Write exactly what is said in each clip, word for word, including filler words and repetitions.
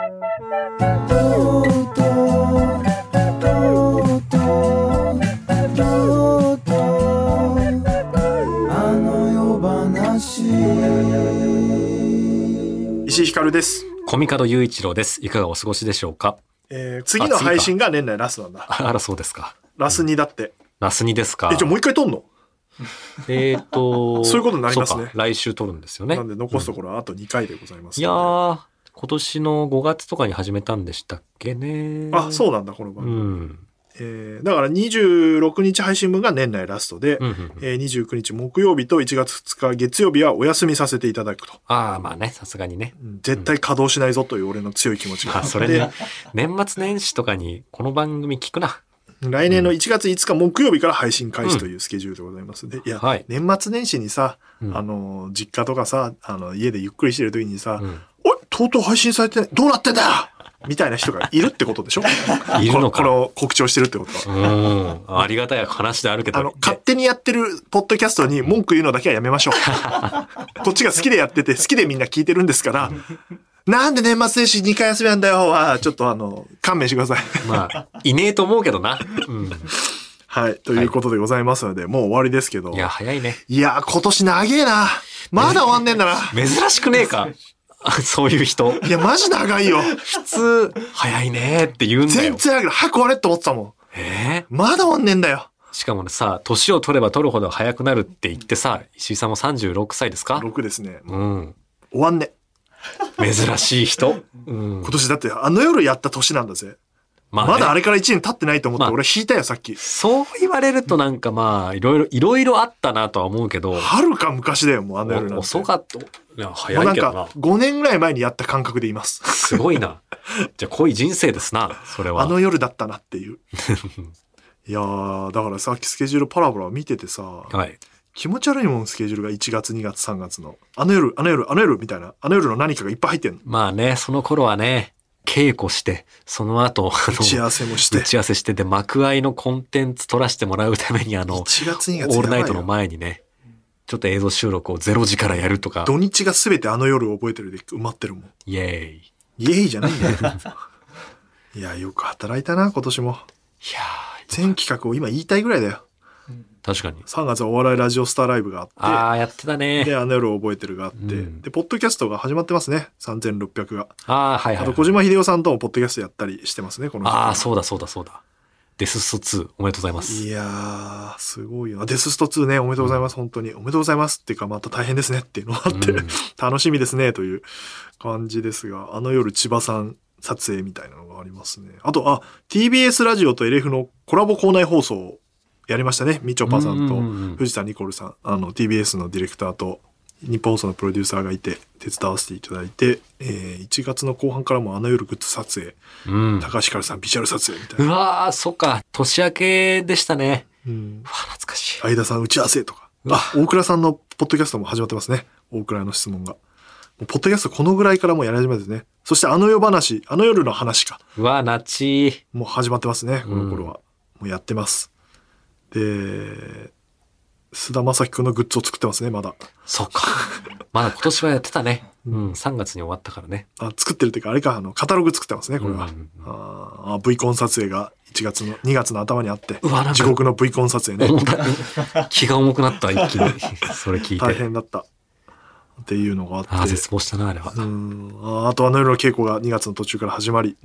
石井ひかるです。 小見門雄一郎です。いかがお過ごしでしょうか。 えー、次の配信が年内ラストなんだ。 あら、そうですか。 ラスにだって。 ラスにですか。 え、じゃあもう一回撮んの？ えっとそういうことになりますね。 来週撮るんですよね。 なんで残すところはあとにかいでございます、 うん、いやー、今年のごがつとかに始めたんでしたっけね。 あ、そうなんだ、この番組。 うん、 えー、だからにじゅうろくにち配信分が年内ラストで、 うんうんうん、 えー、にじゅうくにち木曜日といちがつふつか月曜日はお休みさせていただくと。 ああ、まあね、さすがにね、 うん。絶対稼働しないぞという俺の強い気持ちがあって。 あ、それね、年末年始とかにこの番組聞くな。 来年のいちがついつか木曜日から配信開始というスケジュールでございますので、うん、いや、はい、年末年始にさ、うん、あの、実家とかさ、あの、家でゆっくりしてる時にさ、うん、おい、とうとう配信されてない、どうなってんだよみたいな人がいるってことでしょいるのか。 この告知をしてるってことは。 うん。ありがたい話であるけど。 あの、勝手にやってるポッドキャストに文句言うのだけはやめましょう。こっちが好きでやってて、好きでみんな聞いてるんですから、なんで年末年始にかい休みなんだよは、ちょっとあの、勘弁してください。 まあ、いねえと思うけどな。うん、 はい。ということでございますので、はい、もう終わりですけど。 いや、早いね。 いや、今年長えな。まだ終わんねえんだな。 珍しくねえか。そういう人。 いや、マジ長いよ。 普通、早いねって言うんだよ。 全然早いけど、早く終われって思ってたもん。 えー、 まだ終わんねえんだよ。 しかもさ、年を取れば取るほど早くなるって言ってさ、石井さんもさんじゅうろくさいですか？ ろくですね。 うん。 終わんね。 珍しい人。うん、 今年だってあの夜やった年なんだぜ。まあね、まだあれからいちねん経ってないと思って、まあ、俺引いたよ、さっき。 そう言われるとなんかまあ、いろいろ、いろいろあったなとは思うけど。 はるか昔だよ、もうあの夜なんて。 遅かった。いや、早いけどな。 なんか、ごねんぐらい前にやった感覚でいます。 すごいな。じゃあ濃い人生ですな、それは。 あの夜だったなっていう。いやー、だからさっきスケジュールパラパラ見ててさ、はい、気持ち悪いもん、スケジュールがいちがつ、にがつ、さんがつの。あの夜、あの夜、あの夜みたいな。あの夜の何かがいっぱい入ってんの。 まあね、その頃はね、稽古して、その後、 打ち合わせもして。 打ち合わせして、で、幕間のコンテンツ取らせてもらうために、あの、 いちがつにがつオールナイトの前にね、ちょっと映像収録をゼロじからやるとか。 土日がすべてあの夜を覚えてるで埋まってるもん。 イエーイ。 イエーイじゃないんだよ。いや、よく働いたな、今年も。いやー、全企画を今言いたいぐらいだよ。 確かに。 さんがつはお笑いラジオスターライブがあって。 ああ、やってたね。 で、あの夜を覚えてるがあって。うん、で、ポッドキャストが始まってますね。さんぜんろっぴゃくが。 ああ、はいはい、はい。 あと、小島秀夫さんともポッドキャストやったりしてますね、この時。 ああ、そうだそうだそうだ。デスストツー、おめでとうございます。 いやー、すごいよな。デスストツーね、おめでとうございます、うん、本当に。おめでとうございますっていうか、また大変ですねっていうのがあって、うん、楽しみですね、という感じですが、あの夜千葉さん撮影みたいなのがありますね。あと、あ、ティービーエス ラジオと エルエフ のコラボ校内放送やりましたね。みちょぱさんと藤田ニコルさん、あの ティービーエス のディレクターと日本放送のプロデューサーがいて手伝わせていただいて、えー、いちがつの後半からもあの夜グッズ撮影、うん、高橋ひかるさんビジュアル撮影みたいな。 うわー、そっか、年明けでしたね。 うん、 うわ、懐かしい。 相田さん打ち合わせとか。あ、大倉さんのポッドキャストも始まってますね。大倉の質問が。もうポッドキャストこのぐらいからもうやり始めてね。そしてあの夜話、あの夜の話か。 うわ、なちー。 もう始まってますね、この頃は。うん、もうやってます。で、菅田将暉くんのグッズを作ってますね、まだ。 そうか。まだ今年はやってたね。うん、さんがつに終わったからね。 あ、作ってるっていうか、あれか、あの、カタログ作ってますね、これは。うんうんうん、ああ、V コン撮影がいちがつの、にがつの頭にあって、地獄の V コン撮影ね。 気が重くなった、一気に。それ聞いて。 大変だった。っていうのがあって。 あ、絶望したな、あれは。 うん。あ, あと、あの夜の稽古がにがつの途中から始まり。 うん。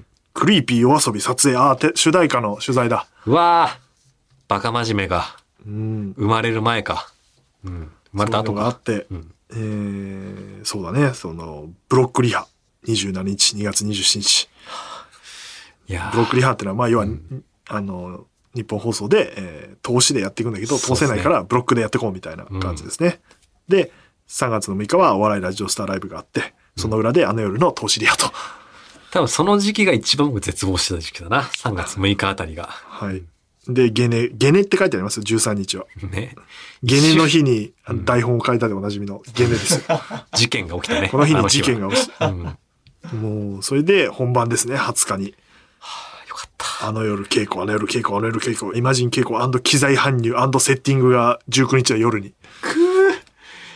クリーピー夜遊び撮影、ああ、主題歌の取材だ。 うわー。バカ真面目が、 うん、 生まれる前か、うん、生まれた後か。 そういうのがあって、うん、えー、そうだね、そのブロックリハにじゅうしちにち、にがつにじゅうしちにち。いやブロックリハってのはまあ要は、うん、あの日本放送で、えー、投資でやっていくんだけど、通せないからブロックでやっていこうみたいな感じですね。うん、でさんがつのむいかはお笑いラジオスターライブがあって、その裏であの夜の投資リハと。 多分その時期が一番僕絶望してた時期だな。さんがつむいかあたりが。 はい。で、ゲネ、ゲネって書いてありますよ、じゅうさんにちは。 ね。 ゲネの日に台本を書いたでおなじみのゲネですよ。 事件が起きたね。 この日に事件が起きた。うん、もう、それで本番ですね、はつかに。 はあ、よかった。 あの夜稽古、あの夜稽古、あの夜稽古、イマジン稽古&機材搬入&セッティングがじゅうくにちの夜に。 くー。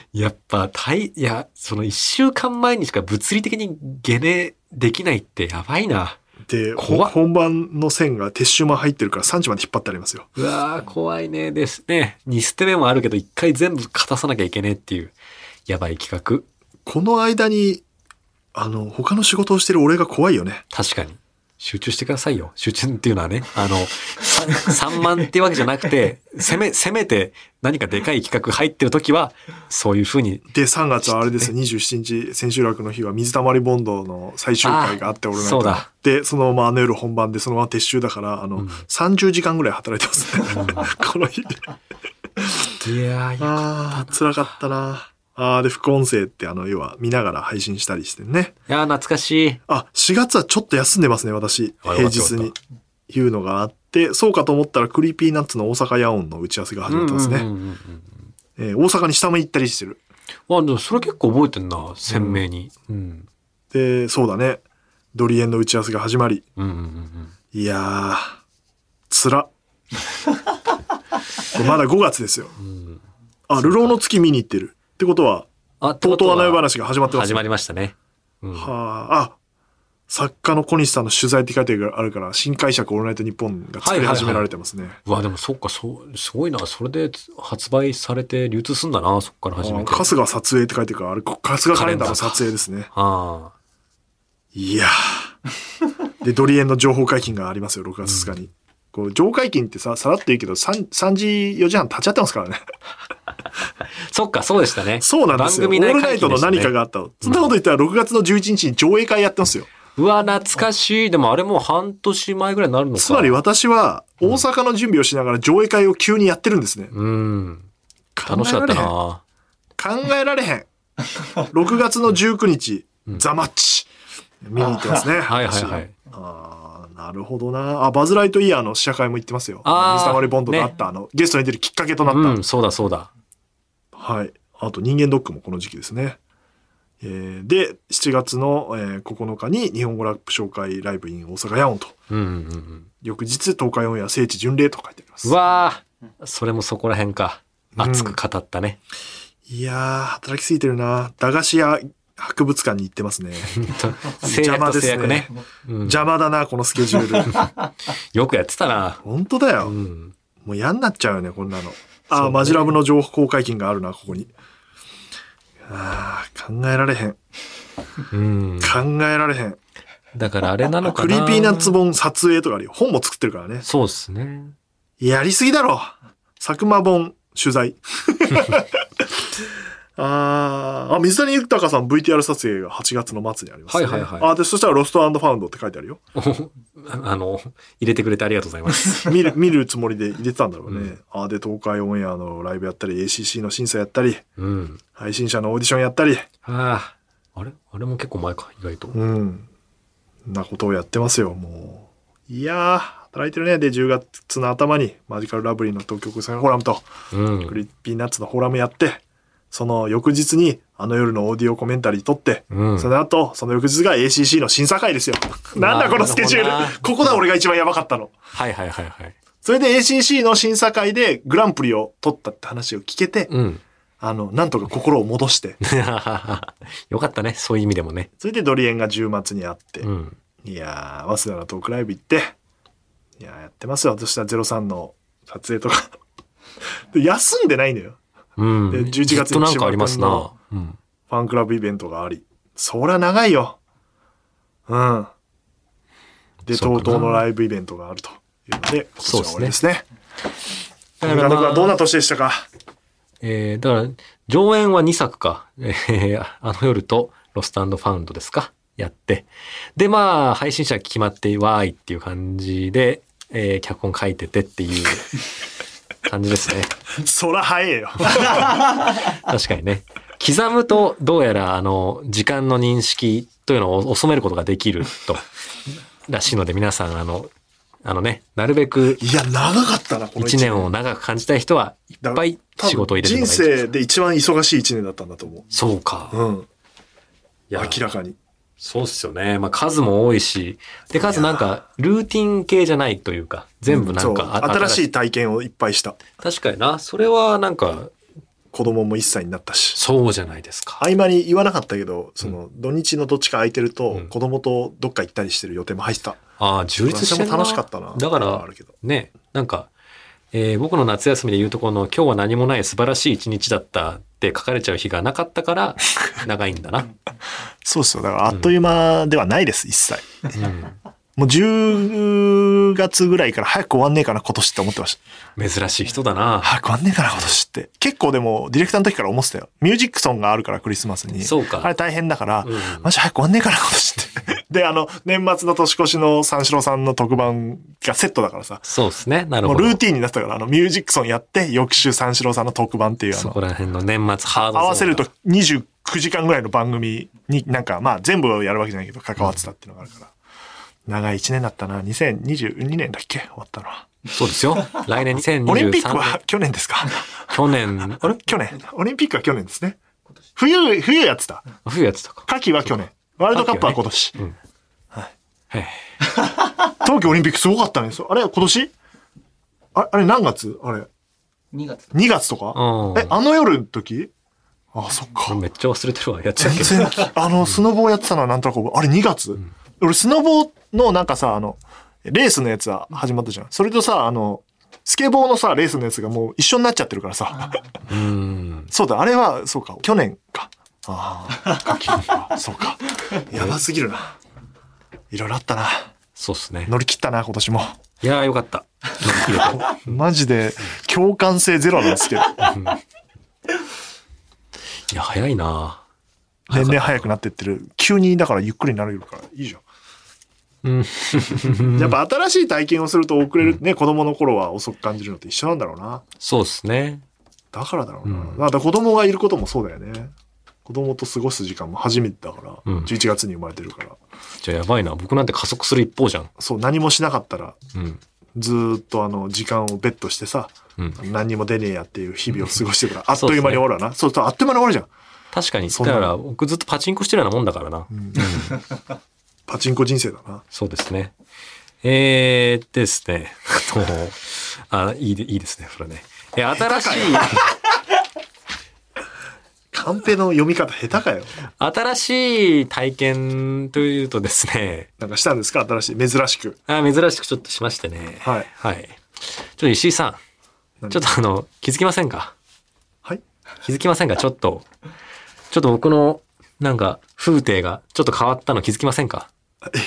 やっぱ、たい、いや、その一週間前にしか物理的にゲネできないってやばいな。 で、 怖っ本番の線が撤収も入ってるからさんじまで引っ張ってありますよ。 うわー、怖いね。ですね。に捨て目もあるけど、一回全部勝たさなきゃいけねえっていう、やばい企画。 この間に、あの、他の仕事をしてる俺が怖いよね。 確かに。集中してくださいよ。集中っていうのはね、あの、さんまんっていうわけじゃなくて、せめ、せめて何かでかい企画入ってる時は、そういう風に。 で、さんがつはあれですよ、にじゅうしちにち、千秋楽の日は水溜りボンドの最終回があって、俺そうだ。 で、そのままあの夜本番で、そのまま撤収だから、あの、うん、さんじゅうじかんぐらい働いてますね。うん、この日。 いやー、 あー、辛かったな。あーで、副音声ってあの、要は見ながら配信したりしてね。 いやー、懐かしい。 あ、しがつはちょっと休んでますね、私。平日に。いうのがあって、そうかと思ったらクリーピーナッツの大阪ヤオンの打ち合わせが始まってますね。大阪に下も行ったりしてる。 あ、でもそれ結構覚えてんな、鮮明に。うんうん、 で、そうだね。ドリエンの打ち合わせが始まり。 うんうんうん、 いやー、つら。まだごがつですよ。うん、あ、流浪の月見に行ってる。ってことは、 あ、 とうとう穴湯話が始まってます、ね。 始まりましたね。 うん、はあ、あ、作家の小西さんの取材って書いてあるから、新解釈オールナイトニッポンが作り始められてますね。はいはいはい、 うわ、でもそっか、そう、すごいな。それで発売されて流通すんだな、そっから始めて。 春日撮影って書いてるから、あれ、春日カレンダーの撮影ですね。はあ、いやー。で、ドリエンの情報解禁がありますよ、ろくがつつかに。うん、こう情報解禁ってさ、さらっと言うけど、さん、さんじ、よじはん立ち会ってますからね。 そっか、そうでしたね。 そうなんですよ。番組内解禁でしたね。オールナイトの何かがあったの。そんなこと言ったらろくがつのじゅういちにちに上映会やってますよ。 うわ、懐かしい。でもあれもう半年前ぐらいになるのか。 つまり私は大阪の準備をしながら上映会を急にやってるんですね。 うん。楽しかったな。考えられへん。ろくがつのじゅうくにち、うん、ザ・マッチ。見に行ってますね。 はいはいはい。 ああ、なるほどな。あ、バズ・ライトイヤーの試写会も行ってますよ。水溜りボンドがあった、ね、あの、ゲストに出るきっかけとなった。 うん、そうだそうだ。 はい。あと人間ドックもこの時期ですね。えー、で、しちがつの、えー、ここのかに日本語ラップ紹介ライブイン大阪ヤオンと。 うんうんうん、 翌日東海オンエア聖地巡礼と書いてあります。 うわー、それもそこら辺か。熱く語ったね。 うん、いやー、働きすぎてるな。駄菓子屋博物館に行ってますね。 邪魔ですね。 うん、邪魔だな、このスケジュール。 よくやってたな。 本当だよ。うん、もう嫌になっちゃうよね、こんなの。あ、ね、マジラブの情報解禁があるな、ここに。ああ、考えられへん。うん、考えられへん。 だからあれなのかな。 クリーピーナッツ本撮影とかあるよ。本も作ってるからね。 そうですね。 やりすぎだろ。佐久間本取材。ああ、水谷豊さん ブイティーアール 撮影がはちがつの末にありますね。 はいはいはい。 あで、そしたらロスト&ファウンドって書いてあるよ。 あの、入れてくれてありがとうございます。 見る、見るつもりで入れてたんだろうね。うん、あで、東海オンエアのライブやったり、エーシーシー の審査やったり、うん、配信者のオーディションやったり。はあ、あれあれも結構前か、意外と。 うん。なことをやってますよ、もう。いやー、働いてるね。で、じゅうがつの頭にマジカルラブリーの東京国際フォーラムと、うん、クリーピーナッツのフォーラムやって、その翌日にあの夜のオーディオコメンタリー撮って、うん、その後、その翌日が エーシーシー の審査会ですよ。なんだこのスケジュール。ここだ俺が一番やばかったの。 はいはいはいはい。 それで エーシーシー の審査会でグランプリを取ったって話を聞けて、 うん、 あの、なんとか心を戻して。 よかったね、そういう意味でもね。 それでドリエンがじゅうがつにあって、 うん、 いやー、早稲田のトークライブ行って、いやーやってますよ。そしたらゼロさんの撮影とか。で休んでないのよ。 うん、 でじゅういちがつになんかありますな。 ファンクラブイベントがあり、そりゃ長いよ。うん。で、とうとうのライブイベントがあるというので、今年は終わりですね。だから、まあ、どんな年でしたか。 えー、だから、上演はにさくか。えー、あの夜とロスト&ファウンドですか。やって。で、まあ、配信者決まって、わーいっていう感じで、えー、脚本書いててっていう感じですね。 そら早えよ。 確かにね。刻むとどうやらあの時間の認識というのを収めることができるとらしいので、皆さんあのあのね、なるべくいや長かったなこのいちねんを長く感じたい人はいっぱい仕事を入れてもらい人生で一番忙しいいちねんだったんだと思う。 そうか。 うん。いや明らかに。 そうっすよね。まあ数も多いし、でかつなんかルーティン系じゃないというか、全部なんか、 うん、新しい体験をいっぱいした。 確かにな。それはなんか子供もいっさいになったし。 そうじゃないですか。 合間に言わなかったけど、その土日のどっちか空いてると、 うん子供とどっか行ったりしてる予定も入ってた。 ああ、充実してるな。 それも楽しかったな。 だからあるけどね、なんか、えー僕の夏休みで言うとこの今日は何もない素晴らしい一日だったって書かれちゃう日がなかったから長いんだな。 そうですよ。だからあっという間ではないです、一切。 うんもうじゅうがつぐらいから早く終わんねえかな、今年って思ってました。 珍しい人だな。 早く終わんねえかな、今年って。結構でも、ディレクターの時から思ってたよ。ミュージックソンがあるからクリスマスに。 そうかあれ大変だから、 うんマジ早く終わんねえかな、今年って。で、あの、年末の年越しの三四郎さんの特番がセットだからさ。 そうですね。なるほど。 もうルーティーンになってたから、あの、ミュージックソンやって、翌週三四郎さんの特番っていう、あのそこ、ら辺の年末ハードゾーンが合わせるとにじゅうくじかんぐらいの番組になんか、まあ全部やるわけじゃないけど、関わってたっていうのがあるから。長いいちねんだったな。にせんにじゅうにねんだっけ終わったのは。 そうですよ。来年にせんにオじゅうさんねん。 リンピックは去年ですか？ 去年、 あれ去年。オリンピックは去年ですね。冬、冬やってた。 冬やってたか。 夏季は去年。ワールドカップは今年。 うん。 はい。 へえ冬季オリンピックすごかったね。あれ今年ああれ何月あれ。 にがつ。 にがつとかうんえ、あの夜の時あ、そっか。 めっちゃ忘れてるわ。やってたっけ。 全然、あの、スノボーやってたのはなんとなく覚え、あれにがつ、俺、スノボーのなんかさ、あの、レースのやつは始まったじゃん。それとさ、あの、スケボーのさ、レースのやつがもう一緒になっちゃってるからさ。 うん。 そうだ、あれは、そうか、去年か。ああ、夏季か。そうか。やばすぎるな。いろいろあったな。 そうっすね。 乗り切ったな、今年も。 いやーよかった。乗り切れた。 マジで、共感性ゼロなんですけど。 いや、早いな。 年々早くなってってる。急に、だからゆっくりになれるから、いいじゃん。 うん。 やっぱ新しい体験をすると遅れるね、子供の頃は遅く感じるのと一緒なんだろうな。 そうっすね。 だからだろうな。 うんだから子供がいることもそうだよね。子供と過ごす時間も初めてだから、 うんじゅういちがつに生まれてるから。 じゃあやばいな。僕なんて加速する一方じゃん。 そう、何もしなかったら、 うん。 ずーっとあの、時間をベットしてさ、 うん。 何にも出ねえやっていう日々を過ごしてるから、あっという間に終わるわな。そうそう、あっという間に終わるじゃん。 確かに。だそんなから僕ずっとパチンコしてるようなもんだからな。 うんパチンコ人生だな。 そうですね。えーですね。あのあ、いいで、いいですね、それね。え、新しい、 カンペの読み方下手かよ。 新しい体験というとですね、 なんかしたんですか新しい。珍しく。 あ珍しくちょっとしましてね。 はい。 はい。ちょっと石井さん、 何ちょっとあの、気づきませんかはい。 気づきませんかちょっと、ちょっと僕の、なんか、風景がちょっと変わったの気づきませんか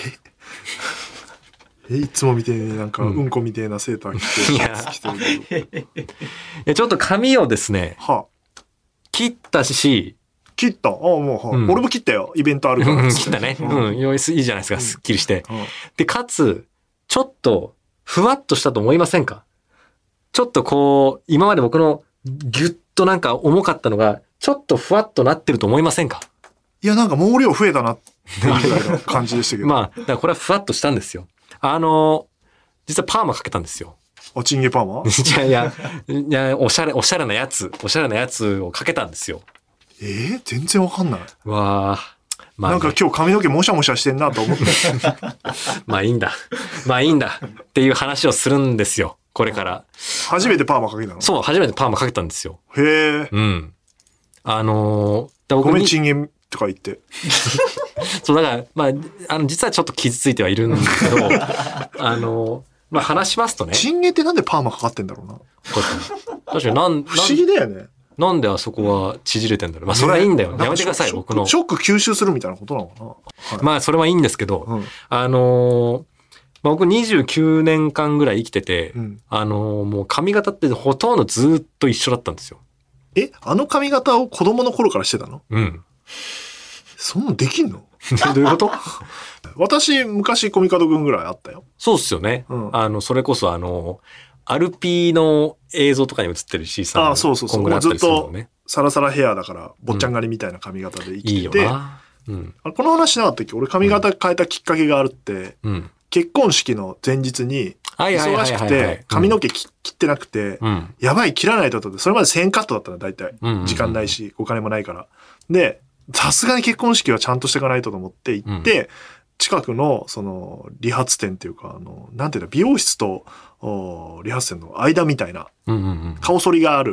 え、いつもみてえになんか、 ううんんこみてえなセーター着て、 いやシャツ着てるけど。 いや、ちょっと髪をですね、 はあ、 切ったし、 切った。ああ、もう、はあうん俺も切ったよ。イベントあるかうら。 ん切ったね。うん、よいいじゃないですか、すっきりして。で、かつ、ちょっと、ふわっとしたと思いませんかちょっとこう、今まで僕のぎゅっとなんか重かったのが、ちょっとふわっとなってると思いませんかいや、なんか毛量増えたなっていうぐらいの感じでしたけど。 まあ、だからこれはふわっとしたんですよ。あの、実はパーマかけたんですよ。 あ、チンゲパーマいやいや、いや、おしゃれ、おしゃれなやつ、おしゃれなやつをかけたんですよ。 えー、全然わかんない。 わあ。まあ、 なんか今日髪の毛もしゃもしゃしてんなと思って。 まあいいんだ。まあいいんだ。っていう話をするんですよ。これから。 初めてパーマかけたのそう、初めてパーマかけたんですよ。 へえ。 うん。あのーだ僕ごめん、 にチンゲとか言って。 そう、だから、まあ、あの、実はちょっと傷ついてはいるんですけど、あのーまあ話しますとね。 チンゲってなんでパーマかかってんだろうな。 確かに。確かになん、 不思議だよね。 なん、なんであそこは縮れてんだろう。まあそれはいいんだよ。 ねやめてください、 ショック僕の。 ショック吸収するみたいなことなのかな。はいまあそれはいいんですけど、 うんあのーまあ、僕にじゅうきゅうねんかんぐらい生きてて、 うんあのーもう髪型ってほとんどずっと一緒だったんですよ。 え、あの髪型を子供の頃からしてたのうん。 そんなんできんのどういうこと私、昔コミカドくんぐらいあったよ。 そうっすよね。 うんあの、それこそあの、アルピーの映像とかに映ってる C さん。 ああ、そうそうそう。 こんぐらいあったりもうずっとするもんね。 サラサラヘアだから、坊ちゃん狩りみたいな髪型で生いいきてて、 よな。うん。 あこの話しなかったっけ俺髪型変えたきっかけがあるって、 うん。 結婚式の前日に、 はいはいはいはいはい忙しくて、髪の毛き切ってなくて、 うん。 やばい、切らないとだって、それまでせんカットだったの、大体うんうんうん。 時間ないし、お金もないから。で、さすがに結婚式はちゃんとしていかないとと思って行って、近くの、その、理髪店っていうか、あの、なんていうの、美容室と、お理髪店の間みたいな、 うんうんうん。 顔剃りがある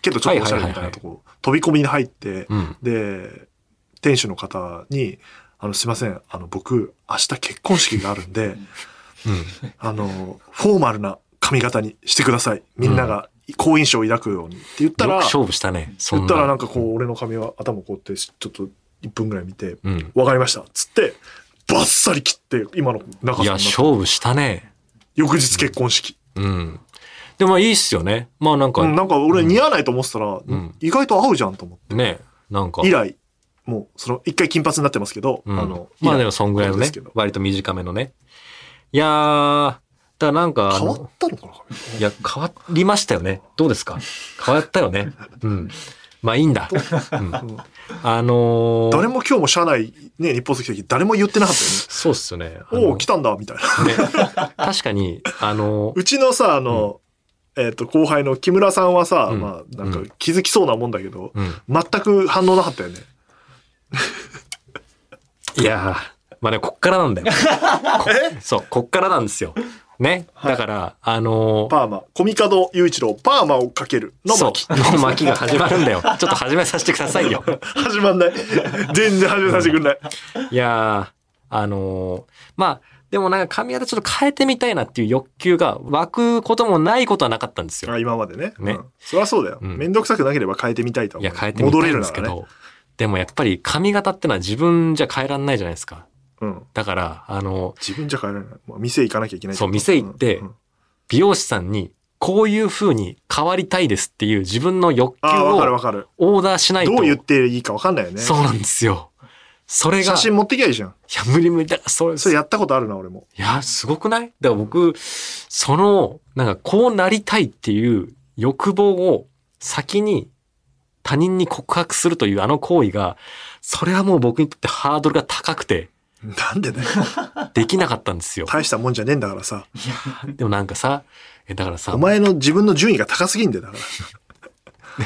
けどちょっとおしゃれみたいなとこ、飛び込みに入って、 うん、 で、店主の方に、あの、すいません、あの、僕、明日結婚式があるんで、 うん、 あの、フォーマルな髪型にしてください。みんなが好印象を抱くようにって言ったら、 よく勝負したね。そんな言ったらなんかこう、俺の髪は頭こうって、ちょっといっぷんぐらい見て、 うん、 わかりました。つって、バッサリ切って、今の長さにいや、勝負したね。 翌日結婚式。 うん。うん、でもいいっすよね。まあなんか。 うん、なんか俺似合わないと思ってたら、 うん、 意外と合うじゃんと思って。 ね。なんか。 以来、もう、その、一回金髪になってますけど、 うん、 あの、 まあでもそんぐらいのね、割と短めのね。いやー、だからなんか。 変わったのかな？ いや、変わりましたよね。どうですか？変わったよね。うん。まあいいんだ。うん、あのー、 誰も今日も社内、ね、日本好き的誰も言ってなかったよね。 そうっすよね。 おお、来たんだ、みたいな。 ね、確かに、あのー、 うちのさ、あの、うん、えっ、ー、と、後輩の木村さんはさ、うん、まあ、なんか気づきそうなもんだけど、うん、全く反応なかったよね。 いやー、まあね、こっからなんだよ。そう、こっからなんですよ。ね。だから、はい、あのー、 パーマ、コミカド雄一郎、パーマをかけるの巻。 そう、の巻が始まるんだよ。ちょっと始めさせてくださいよ。 始まんない。全然始めさせてくんない。 いやー、あのー、まあ、でもなんか髪型ちょっと変えてみたいなっていう欲求が湧くこともないことはなかったんですよ。 あ、今までね。 ね。 うん、そりゃそうだよ。うん、めんどくさくなければ変えてみたいと思う。 いや、変えてみたいんですけど、ね、でもやっぱり髪型ってのは自分じゃ変えらんないじゃないですか。 うん。 だから、あの、 自分じゃ変えられない。もう店行かなきゃいけない。 そう、店行って、うんうん、美容師さんに、こういう風に変わりたいですっていう自分の欲求をオーダーしないと。 どう言っていいか分かんないよね。 そうなんですよ。それが。 写真持ってきゃいいじゃん。いや、無理無理だ。それ、 それやったことあるな、俺も。 いや、すごくない？だから僕、その、なんかこうなりたいっていう欲望を先に他人に告白するというあの行為が、それはもう僕にとってハードルが高くて。 なんでだよ。 できなかったんですよ。 大したもんじゃねえんだからさ。 いや、でもなんかさ、え、だからさ。 お前の自分の順位が高すぎんだよ、だから。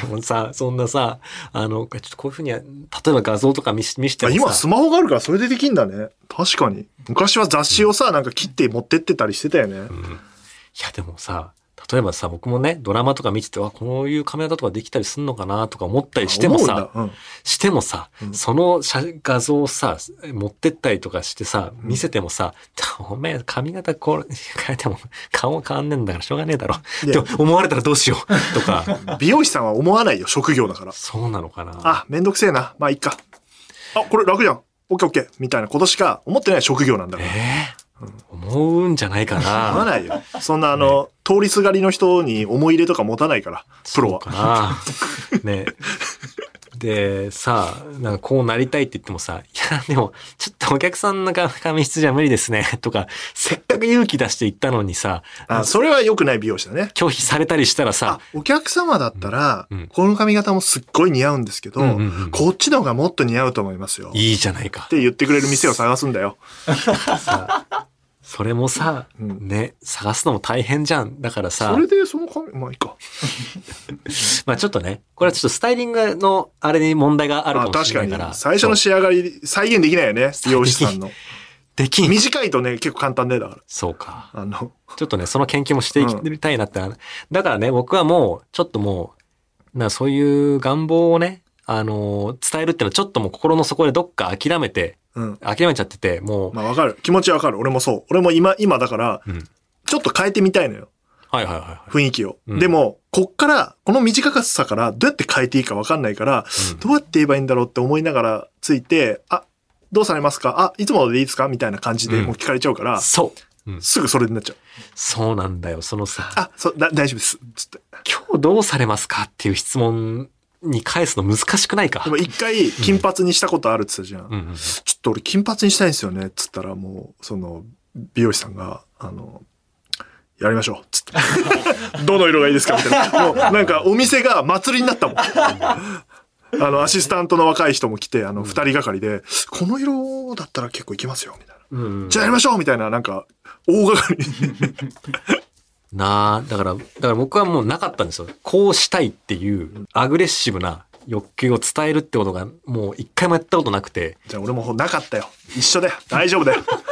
でもさ、そんなさ、あの、ちょっとこういうふうに、例えば画像とか見し見してもさ。 今スマホがあるからそれでできんだね。確かに。昔は雑誌をさ、うん、なんか切って持ってってたりしてたよね。うん、 いや、でもさ、例えばさ、僕もね、ドラマとか見てて、わ、こういうカメラとかできたりすんのかなとか思ったりしてもさ、うん、してもさ、うん、その画像をさ、持ってったりとかしてさ、見せてもさ、うん、お前髪型こう変えても顔変わんねえんだからしょうがねえだろって思われたらどうしようとか。 美容師さんは思わないよ、職業だから。 そうなのかな。 あ、めんどくせえな。まあいいか。あ、これ楽じゃん。オッケーオッケー。みたいなことしか思ってない職業なんだから。 えーうん、思うんじゃないかな。 思わないよ。そんなあの、ね、通りすがりの人に思い入れとか持たないから、プロは。 そうかな。ね。で、さ、なんかこうなりたいって言ってもさ、いや、でも、ちょっとお客さんの髪質じゃ無理ですね、とか、せっかく勇気出して言ったのにさ、 あ、それは良くない美容師だね。 拒否されたりしたらさ、 お客様だったら、うん、この髪型もすっごい似合うんですけど、うんうんうん、こっちの方がもっと似合うと思いますよ。 いいじゃないか。 って言ってくれる店を探すんだよ。 さそれもさ、うん、ね、探すのも大変じゃん。だからさ。 それでその髪、まあいいか。 まあちょっとね、これはちょっとスタイリングのあれに問題があるかもしれないから。 確かに。最初の仕上がり、再現できないよね。美容師さんの。 できん。 短いとね、結構簡単でだから。 そうか。 あの。 ちょっとね、その研究もしていきたいなって、うん。だからね、僕はもう、ちょっともう、なそういう願望をね、あのー、伝えるっていうのはちょっともう心の底でどっか諦めて、うん、諦めちゃってて、もう。 まあわかる。気持ちわかる。俺もそう。俺も今、今だから、うん、ちょっと変えてみたいのよ。 はいはいはい。 雰囲気を。うん、でも、こっから、この短さからどうやって変えていいかわかんないから、うん、どうやって言えばいいんだろうって思いながらついて、あ、どうされますか？あ、いつものでいいですか？みたいな感じでもう聞かれちゃうから、うん、 そう、 うん。すぐそれになっちゃう。 そうなんだよ、そのさ。 あ、そう、だ大丈夫です。つって。 今日どうされますかっていう質問に返すの難しくないか。 でも一回金髪にしたことあるって言ったじゃん。うんうんうん、ちょっと俺金髪にしたいんですよね。つったらもう、その、美容師さんが、あの、やりましょう。つって。どの色がいいですかみたいな。もうなんかお店が祭りになったもん。あの、アシスタントの若い人も来て、あの、二人がかりで、この色だったら結構いきますよ。みたいな。うんうん、じゃあやりましょうみたいな、なんか、大掛かりなあ、だから、だから僕はもうなかったんですよ。こうしたいっていうアグレッシブな欲求を伝えるってことがもう一回もやったことなくて。 じゃあ俺もなかったよ。一緒だよ。大丈夫だよ。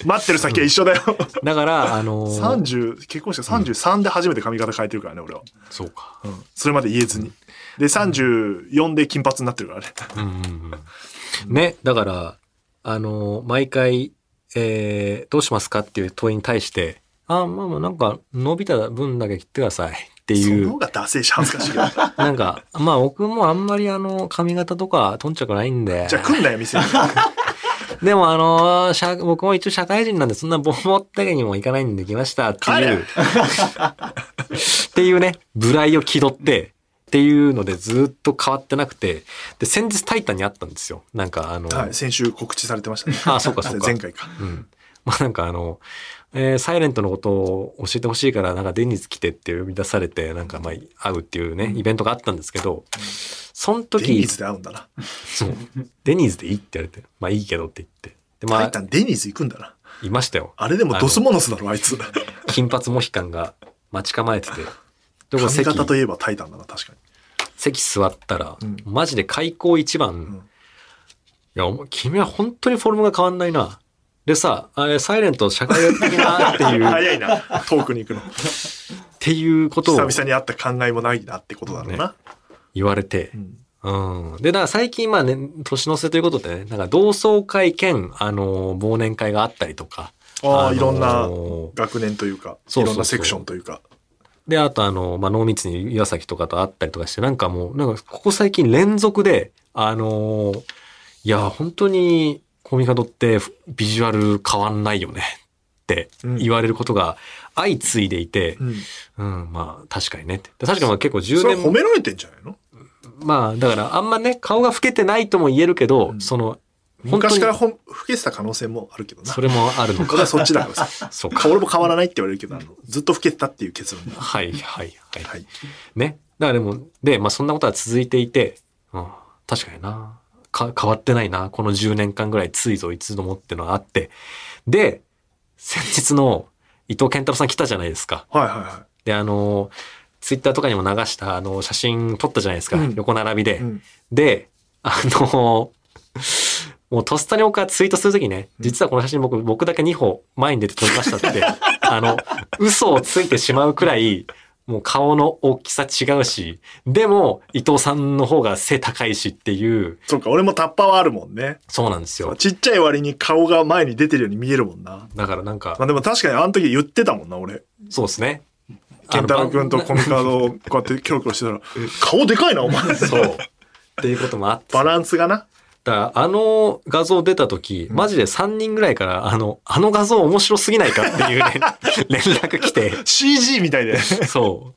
待ってる先は一緒だよ。 だから、あのー、 さんじゅう、結婚してさんじゅうさんで初めて髪型変えてるからね、俺は。 そうか。 うん。それまで言えずに。で、さんじゅうよんで金髪になってるからね。 うんうんうん。ね、だから、あのー、毎回、えー、どうしますかっていう問いに対して、あ、まあまあなんか伸びた分だけ切ってくださいっていう。 その方がダセえし恥ずかしいけど。 なんか、まあ僕もあんまりあの、髪型とか頓着ないんで。 じゃあ来んなよ、店に。 でもあのー、僕も一応社会人なんでそんなボンボってけにもいかないんで来ましたっていう。っていうね、無頼を気取って、っていうのでずっと変わってなくて、で、先日タイタンにあったんですよ。なんかあの、 はい、先週告知されてましたね。 ああ、そうかそうか。 前回か。 うん。まあなんかあの、えー、サイレントのことを教えてほしいから、なんかデニーズ来てって呼び出されて、なんかまあ会うっていうね、イベントがあったんですけど、その時。 デニーズで会うんだな。 そう。デニーズでいいって言われて、まあいいけどって言って。 で、まあ。タイタンデニーズ行くんだな。 いましたよ。 あれでもドスモノスだろ、あいつ。 金髪モヒカンが待ち構えてて。 髪型といえばタイタンだな、確かに。 席座ったら、うん、マジで開口一番、うん、いや、君は本当にフォルムが変わんないな。でさ、あれ、サイレント社会的なっていう。 早いな、トークに行くの。 っていうことを。 久々に会った考えもないなってことだろうな。ね、 言われて。うん、うん。で、だから最近、まあね、年の瀬ということでね、なんか同窓会兼、あの、忘年会があったりとか。 ああ、あのー、いろんな学年というか、そうそうそう、いろんなセクションというか。 で、あとあの、まあ、濃密に岩崎とかと会ったりとかして、なんかもう、なんかここ最近連続で、あのー、いや、本当にコミカドってビジュアル変わんないよねって言われることが相次いでいて、うん、うん、まあ確かにねって。確かに結構じゅうねん。 それ褒められてんじゃないの？ まあだからあんまね、顔が老けてないとも言えるけど、うん、その、 昔からほん老けてた可能性もあるけどな。 それもあるのか。 そっちだからさ。そうか。俺も変わらないって言われるけど、あのずっと老けてたっていう結論。 はいはいはい。はい、ね。だからでも、で、まあそんなことは続いていて、うん、確かにな。か、変わってないな。このじゅうねんかんぐらいついぞいつどもってのがあって。で、先日の伊藤健太郎さん来たじゃないですか。 はいはいはい。 で、あの、ツイッターとかにも流したあの写真撮ったじゃないですか。うん、横並びで。うん、で、あの、もうとっさに僕がツイートするときね、実はこの写真僕、僕だけにほ前に出て撮りましたって、あの、嘘をついてしまうくらい、もう顔の大きさ違うし、でも伊藤さんの方が背高いしっていう。 そうか、俺もタッパーはあるもんね。 そうなんですよ。 ちっちゃい割に顔が前に出てるように見えるもんな。 だからなんか。 まあでも確かにあの時言ってたもんな、俺。 そうですね。 健太郎くんとコミカードをこうやってキョロキョロしてたら、顔でかいな、お前。 そう。っていうこともあって。 バランスがな。 だからあの画像出た時、マジでさんにんぐらいから、あの、あの画像面白すぎないかっていうね、連絡来て。 シージー みたいで。 そう。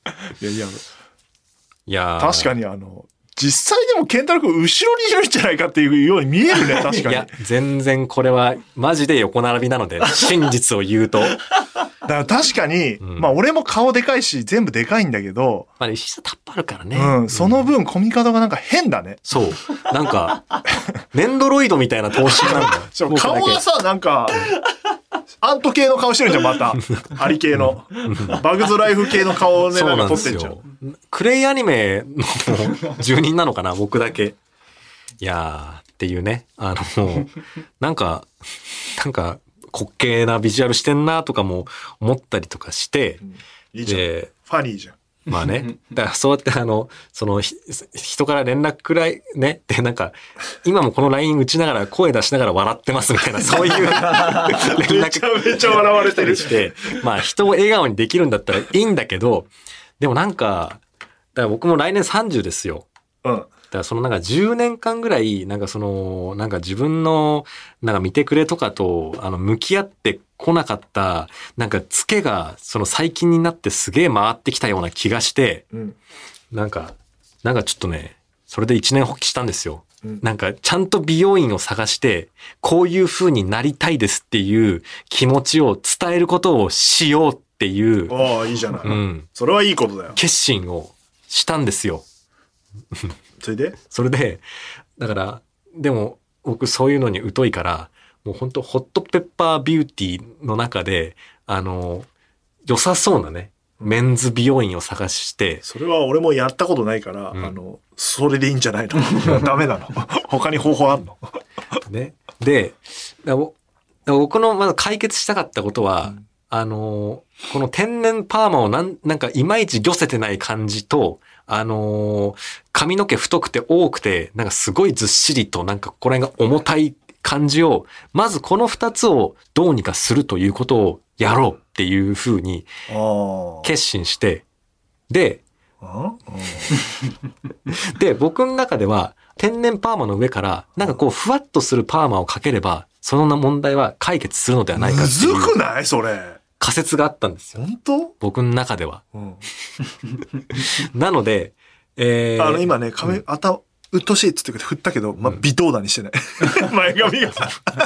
いやいや。 いや確かにあの、実際でも健太郎くん後ろにいるんじゃないかっていうように見えるね、確かに。いや、 全然これはマジで横並びなので、真実を言うと。 だから確かに、うん、まあ俺も顔でかいし全部でかいんだけど。 まあ石下タッパあるからね。 うん、その分コミカドがなんか変だね。 そう。なんか、ネンドロイドみたいな頭身なんだよ。 顔はさ、なんか、アント系の顔してるじゃん、また。アリ系の。バグズライフ系の顔をね、なんか撮ってんじゃん。 クレイアニメの住人なのかな、僕だけ。いやー、っていうね。あの、なんか、なんか、滑稽なビジュアルしてんなとかも思ったりとかして、 うん、いいじゃん。ファニーじゃん。 まあね。だからそうやってあの、その人から連絡くらいね、でなんか、今もこの ライン 打ちながら声出しながら笑ってますみたいな、そういう連絡。 めちゃめちゃ笑われてる。 して、まあ人を笑顔にできるんだったらいいんだけど、でもなんか、だから僕も来年さんじゅうですよ。 うん。 だからそのなんかじゅうねんかんぐらい、なんかその、なんか自分の、なんか見てくれとかと、あの、向き合ってこなかった、なんかツケが、その最近になってすげえ回ってきたような気がして、 うん、 なんか、なんかちょっとね、それで一年発起したんですよ。うん、なんかちゃんと美容院を探して、こういう風になりたいですっていう気持ちを伝えることをしようっていう。 ああ、いいじゃない。 うん。 それはいいことだよ。 決心をしたんですよ。 それでそれで、だから、でも僕そういうのに疎いから、もう本当ホットペッパービューティーの中で、あの、良さそうなね、メンズ美容院を探して。 それは俺もやったことないから、うん、あの、それでいいんじゃないのダメなの他に方法あんのね。で、だら僕のまず解決したかったことは、 うん、 あのー、この天然パーマをなん、なんかいまいち寄せてない感じと、あのー、髪の毛太くて多くて、なんかすごいずっしりとなんかここら辺が重たい感じを、まずこの二つをどうにかするということをやろうっていうふうに決心して、で、で、僕の中では天然パーマの上からなんかこうふわっとするパーマをかければ、その問題は解決するのではないかっていう。 むずくないそれ。 仮説があったんですよ。 本当？ 僕の中では。 うん、 なので、えー、 あの今ね、髪、うん、頭、うっとしいっつって振ったけど、まあ、微動だにしてない。前髪が。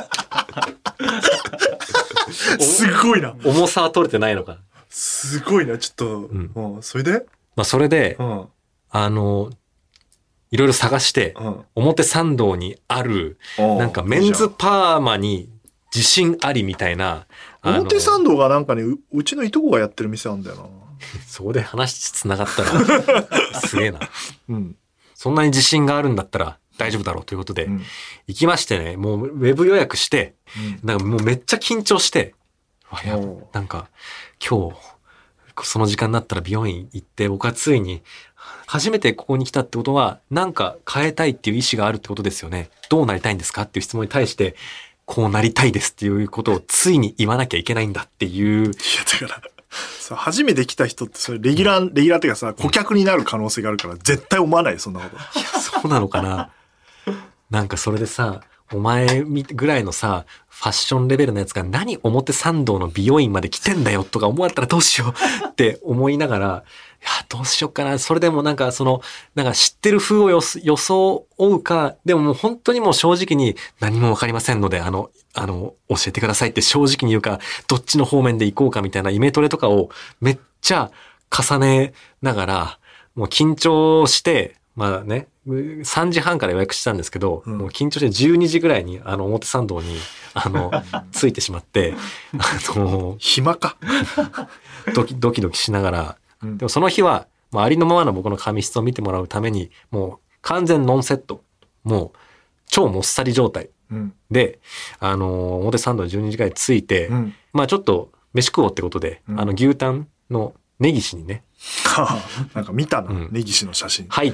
すごいな。 重さは取れてないのか。 すごいな、ちょっと。うん、もうそれでまあ、それで、 うん、 あの、いろいろ探して、うん、表参道にある、なんかメンズパーマに自信ありみたいな。 表参道がなんかねう、うちのいとこがやってる店あんだよな。 そこで話繋がったら、すげえな。うん。そんなに自信があるんだったら大丈夫だろうということで、うん、行きましてね、もうウェブ予約して、うん、なんかもうめっちゃ緊張して、いやなんか今日、その時間になったら美容院行って、僕はついに初めてここに来たってことは、なんか変えたいっていう意思があるってことですよね。どうなりたいんですかっていう質問に対して、こうなりたいですっていうことをついに言わなきゃいけないんだっていう。いや、 だから、さ、初めて来た人ってそれレギュラー、うん、レギュラーっていうかさ、顧客になる可能性があるから絶対思わないよ、そんなこと。 いや、そうなのかな。なんかそれでさ、お前ぐらいのさ、ファッションレベルのやつが何表参道の美容院まで来てんだよとか思われたらどうしようって思いながら、いや、どうしようかな。それでもなんかその、なんか知ってる風を装うか、でももう本当にもう正直に何もわかりませんので、あの、あの、教えてくださいって正直に言うか、どっちの方面で行こうかみたいなイメトレとかをめっちゃ重ねながら、もう緊張して、まあね、さんじはんから予約したんですけど、うん、もう緊張してじゅうにじぐらいにあの表参道にあのついてしまって、あの暇かドキドキドキしながら、うん、でもその日は、まあ、ありのままの僕の髪質を見てもらうためにもう完全ノンセット、もう超もっさり状態、うん、で、あの表参道じゅうにじぐらいついて、うん、まあちょっと飯食おうってことで、うん、あの牛タンの根岸にね。 なんか見たな、うん、根岸の写真。 入って、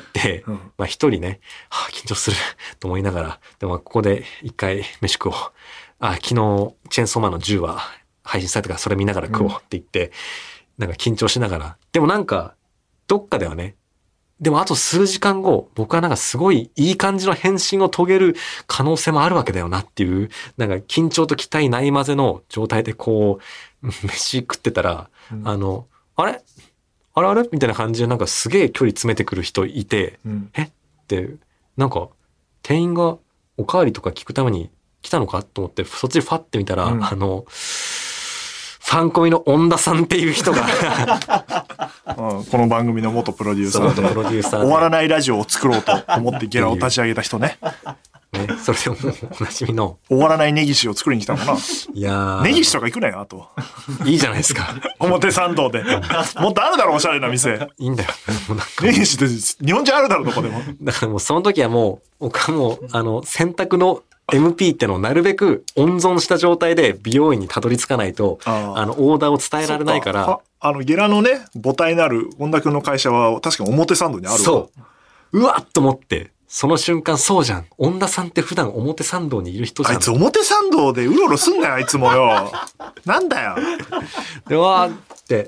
うん、まあ一人ね、はあ、緊張すると思いながら、でもここで一回飯食おう。あ、昨日、チェーンソーマンのじゅうわ配信されたからそれ見ながら食おうって言って、うん、なんか緊張しながら。でもなんか、どっかではね、でもあと数時間後、僕はなんかすごいいい感じの変身を遂げる可能性もあるわけだよなっていう、なんか緊張と期待ない混ぜの状態でこう、飯食ってたら、うん、あの、あれあれあれみたいな感じでなんかすげえ距離詰めてくる人いて、うん、えって、なんか店員がおかわりとか聞くために来たのかと思ってそっちでファって見たら、うん、あの、ファンコミの恩田さんっていう人がこの番組の元プロデューサーで、 プロデューサーで終わらないラジオを作ろうと思ってゲラを立ち上げた人ね。 ね、それでもおなじみの終わらない根岸を作りに来たのかな。 いやー、 根岸とか行くなよ、あと。 いいじゃないですか。 表参道で。もっとあるだろ、おしゃれな店。 いいんだよ。 根岸って日本中あるだろ、どこでも。 だからもうその時はもう、僕はもう、あの、選択の エムピー ってのをなるべく温存した状態で美容院にたどり着かないと、あ, あの、オーダーを伝えられないから。 あの、ゲラのね、母体なる本田君の会社は確かに表参道にあるわ。 そう。うわっと思って。その瞬間、そうじゃん。恩田さんって普段表参道にいる人じゃん。 あいつ表参道でうろうろすんなよ、あいつもよ。なんだよ。 で、わーって、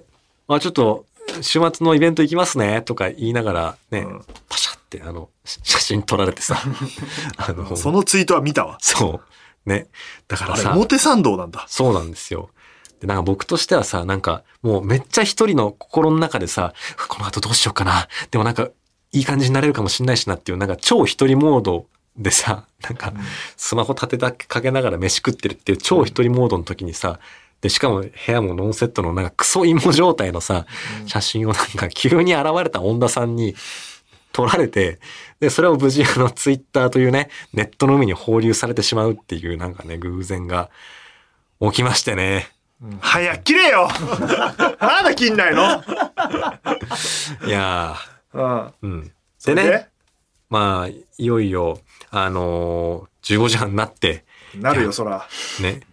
あ、ちょっと、週末のイベント行きますね、とか言いながら、ね、うん、パシャって、あの、写真撮られてさ。 あのそのツイートは見たわ。 そう。ね。だからさ。 表参道なんだ。 そうなんですよ。で、なんか僕としてはさ、なんか、もうめっちゃ一人の心の中でさ、この後どうしようかな。でもなんか、いい感じになれるかもしんないしなっていう、なんか超一人モードでさ、なんかスマホ立てたかけながら飯食ってるっていう超一人モードの時にさ、で、しかも部屋もノンセットのなんかクソ芋状態のさ、写真をなんか急に現れた恩田さんに撮られて、で、それを無事あのツイッターというね、ネットの海に放流されてしまうっていうなんかね、偶然が起きましてね。 うん、早く切れよまだ切んないのいやー。うん。でね、まあ、いよいよ、あのー、じゅうごじはんになって。 なるよ、そら。 ね。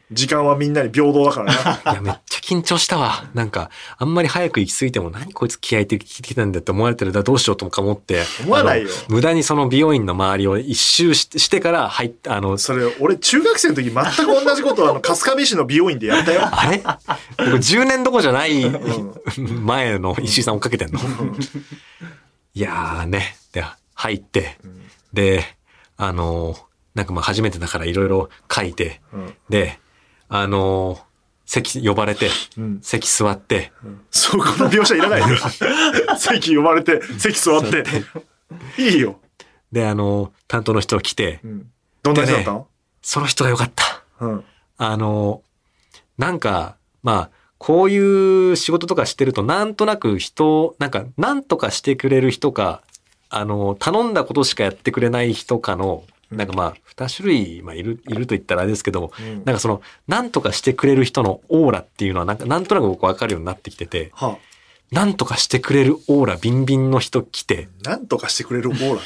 時間はみんなに平等だからな。 いや、めっちゃ緊張したわ。なんか、あんまり早く行き過ぎても、何こいつ気合いって聞いてきたんだって思われてるだどうしようとか思って。 思わないよ。 無駄にその美容院の周りを一周し て, してから入った、あの。 それ、俺中学生の時全く同じことをあの、春日部市の美容院でやったよ。 あれ僕じゅうねんどころじゃない前の石井さん追っかけてんのいやーね。で、入って、うん、で、あのー、なんかまあ初めてだからいろいろ書いて、うん、で、あのー、席呼ばれて、うん、席座って、 うん、そう、この描写いらないよ。席呼ばれて、席座って。いいよ。 で、あのー、担当の人来て、うん、 どんな人だったの？ ね、その人がよかった。うん、あのー、なんか、まあ、こういう仕事とかしてると、なんとなく人、なんか、なんとかしてくれる人か、あの、頼んだことしかやってくれない人かの、なんかまあ、二種類、まあ、いる、いると言ったらあれですけども、うん、なんかその、なんとかしてくれる人のオーラっていうのは、なんか、なんとなく僕わかるようになってきてて、はあ、なんとかしてくれるオーラ、ビンビンの人来て。 なんとかしてくれるオーラって、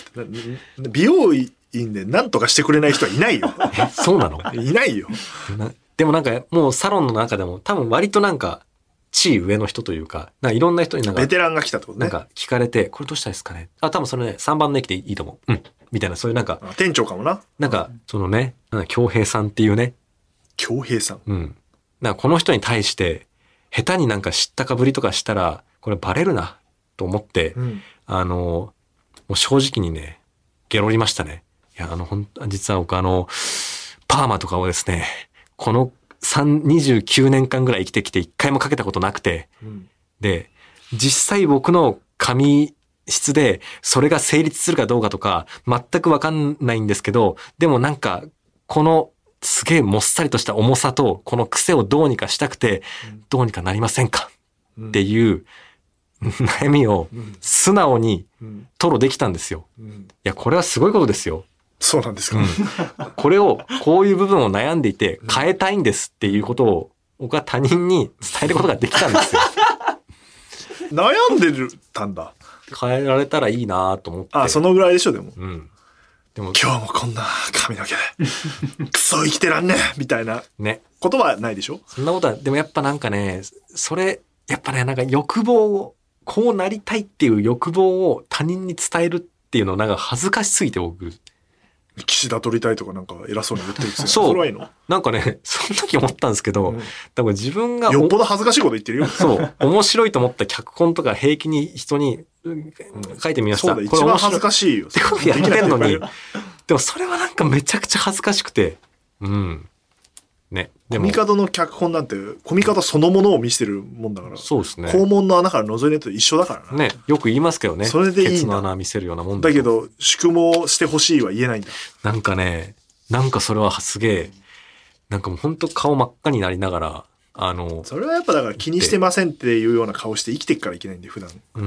美容院でなんとかしてくれない人はいないよ。 え、そうなの？ いないよ。 でもなんか、もうサロンの中でも、多分割となんか、地位上の人というか、なんかいろんな人になんか、 ベテランが来たってことね。 なんか聞かれて、これどうしたらいいですかね。あ、多分それね、さんばんの駅でいいと思う。うん。みたいな、そういうなんか。 店長かもな。 なんか、そのね、なんか京平さんっていうね。 京平さん。 うん。なんかこの人に対して、下手になんか知ったかぶりとかしたら、これバレるな、と思って、うん、あの、もう正直にね、ゲロりましたね。いや、あの、ほん、実は僕あの、パーマとかをですね、この、にじゅうきゅうねんかんぐらい生きてきて一回もかけたことなくて、うん、で、実際僕の髪質でそれが成立するかどうかとか全くわかんないんですけど、でもなんかこのすげえもっさりとした重さとこの癖をどうにかしたくて、うん、どうにかなりませんか、うん、っていう悩みを素直に吐露できたんですよ。うんうん、いや、これはすごいことですよ。 そうなんですか、うん、 これを、こういう部分を悩んでいて変えたいんですっていうことを僕は他人に伝えることができたんですよ。 悩んでるたんだ。 変えられたらいいなと思って。 あ、そのぐらいでしょ、でも。うん。 でも今日もこんな髪の毛で、クソ生きてらんねみたいな。ね。ことはないでしょ？ そんなことは、でもやっぱなんかね、それ、やっぱね、なんか欲望を、こうなりたいっていう欲望を他人に伝えるっていうのなんか恥ずかしすぎて僕。 岸田取りたいとかなんか偉そうに言ってるんですよ。 そう。それはいいの？なんかね、その時思ったんですけど、うん、多分自分が。 よっぽど恥ずかしいこと言ってるよ。 そう。面白いと思った脚本とか平気に人に書いてみました。 そうだ、一番恥ずかしいよ。 ってことやってんのに。でもそれはなんかめちゃくちゃ恥ずかしくて。うん。ね。 でもコミカドの脚本なんて、コミカドそのものを見せてるもんだから。 そうですね。 肛門の穴から覗いてると一緒だからな。 ね。よく言いますけどね。 それでいいんだ。 ケツの穴見せるようなもんだ。だけど、宿毛してほしいは言えないんだ。 なんかね、なんかそれはすげえ、なんかもうほんと顔真っ赤になりながら、あの。 それはやっぱだから気にしてませんっていうような顔して生きていくからいけないんで、普段。うん。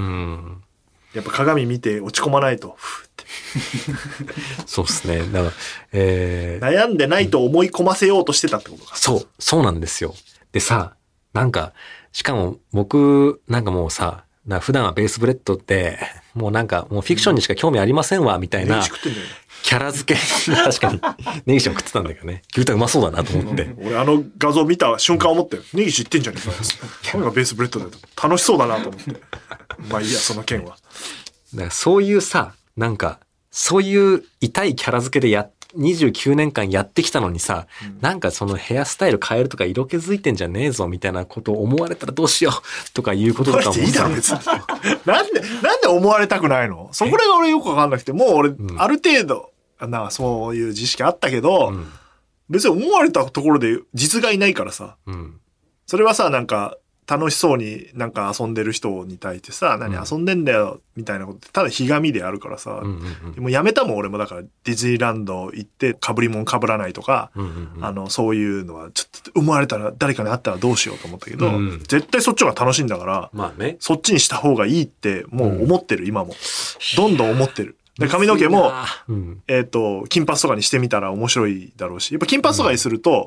やっぱ鏡見て落ち込まないと。ふーってそうですね。だから、えー、悩んでないと思い込ませようとしてたってことか。 そう、そうなんですよ。でさ、なんか、しかも僕、なんかもうさ、な普段はベースブレッドって、もうなんか、もうフィクションにしか興味ありませんわ、みたいな。キャラ付け、確かに、ネギシも食ってたんだけどね。牛タンうまそうだなと思って。 俺あの画像見た瞬間思ったよ。ネギシ言ってんじゃねえか。これがベースブレッドだと楽しそうだなと思って。まあいいや、その件は。 だからそういうさ、なんか、そういう痛いキャラ付けでや、にじゅうきゅうねんかんやってきたのにさ、うん、なんかそのヘアスタイル変えるとか色気づいてんじゃねえぞみたいなことを思われたらどうしようとかいうこととかも。 いいだろ別に。なんで、なんで思われたくないの？そこが俺よくわかんなくて、もう俺、うん、ある程度、なそういう自意識あったけど、うん、別に思われたところで実害ないからさ、うん、それはさ、なんか、楽しそうになんか遊んでる人に対してさ、何遊んでんだよみたいなことってただひがみであるからさ、うんうんうん、もうやめたもん俺もだからディズニーランド行って被り物被らないとか、うんうんうん、あのそういうのはちょっと思われたら誰かに会ったらどうしようと思ったけど、うん、絶対そっちが楽しいんだから、まあね、そっちにした方がいいってもう思ってる、うん、今もどんどん思ってる。で髪の毛も、うん、えっと金髪とかにしてみたら面白いだろうし、やっぱ金髪とかにすると、うん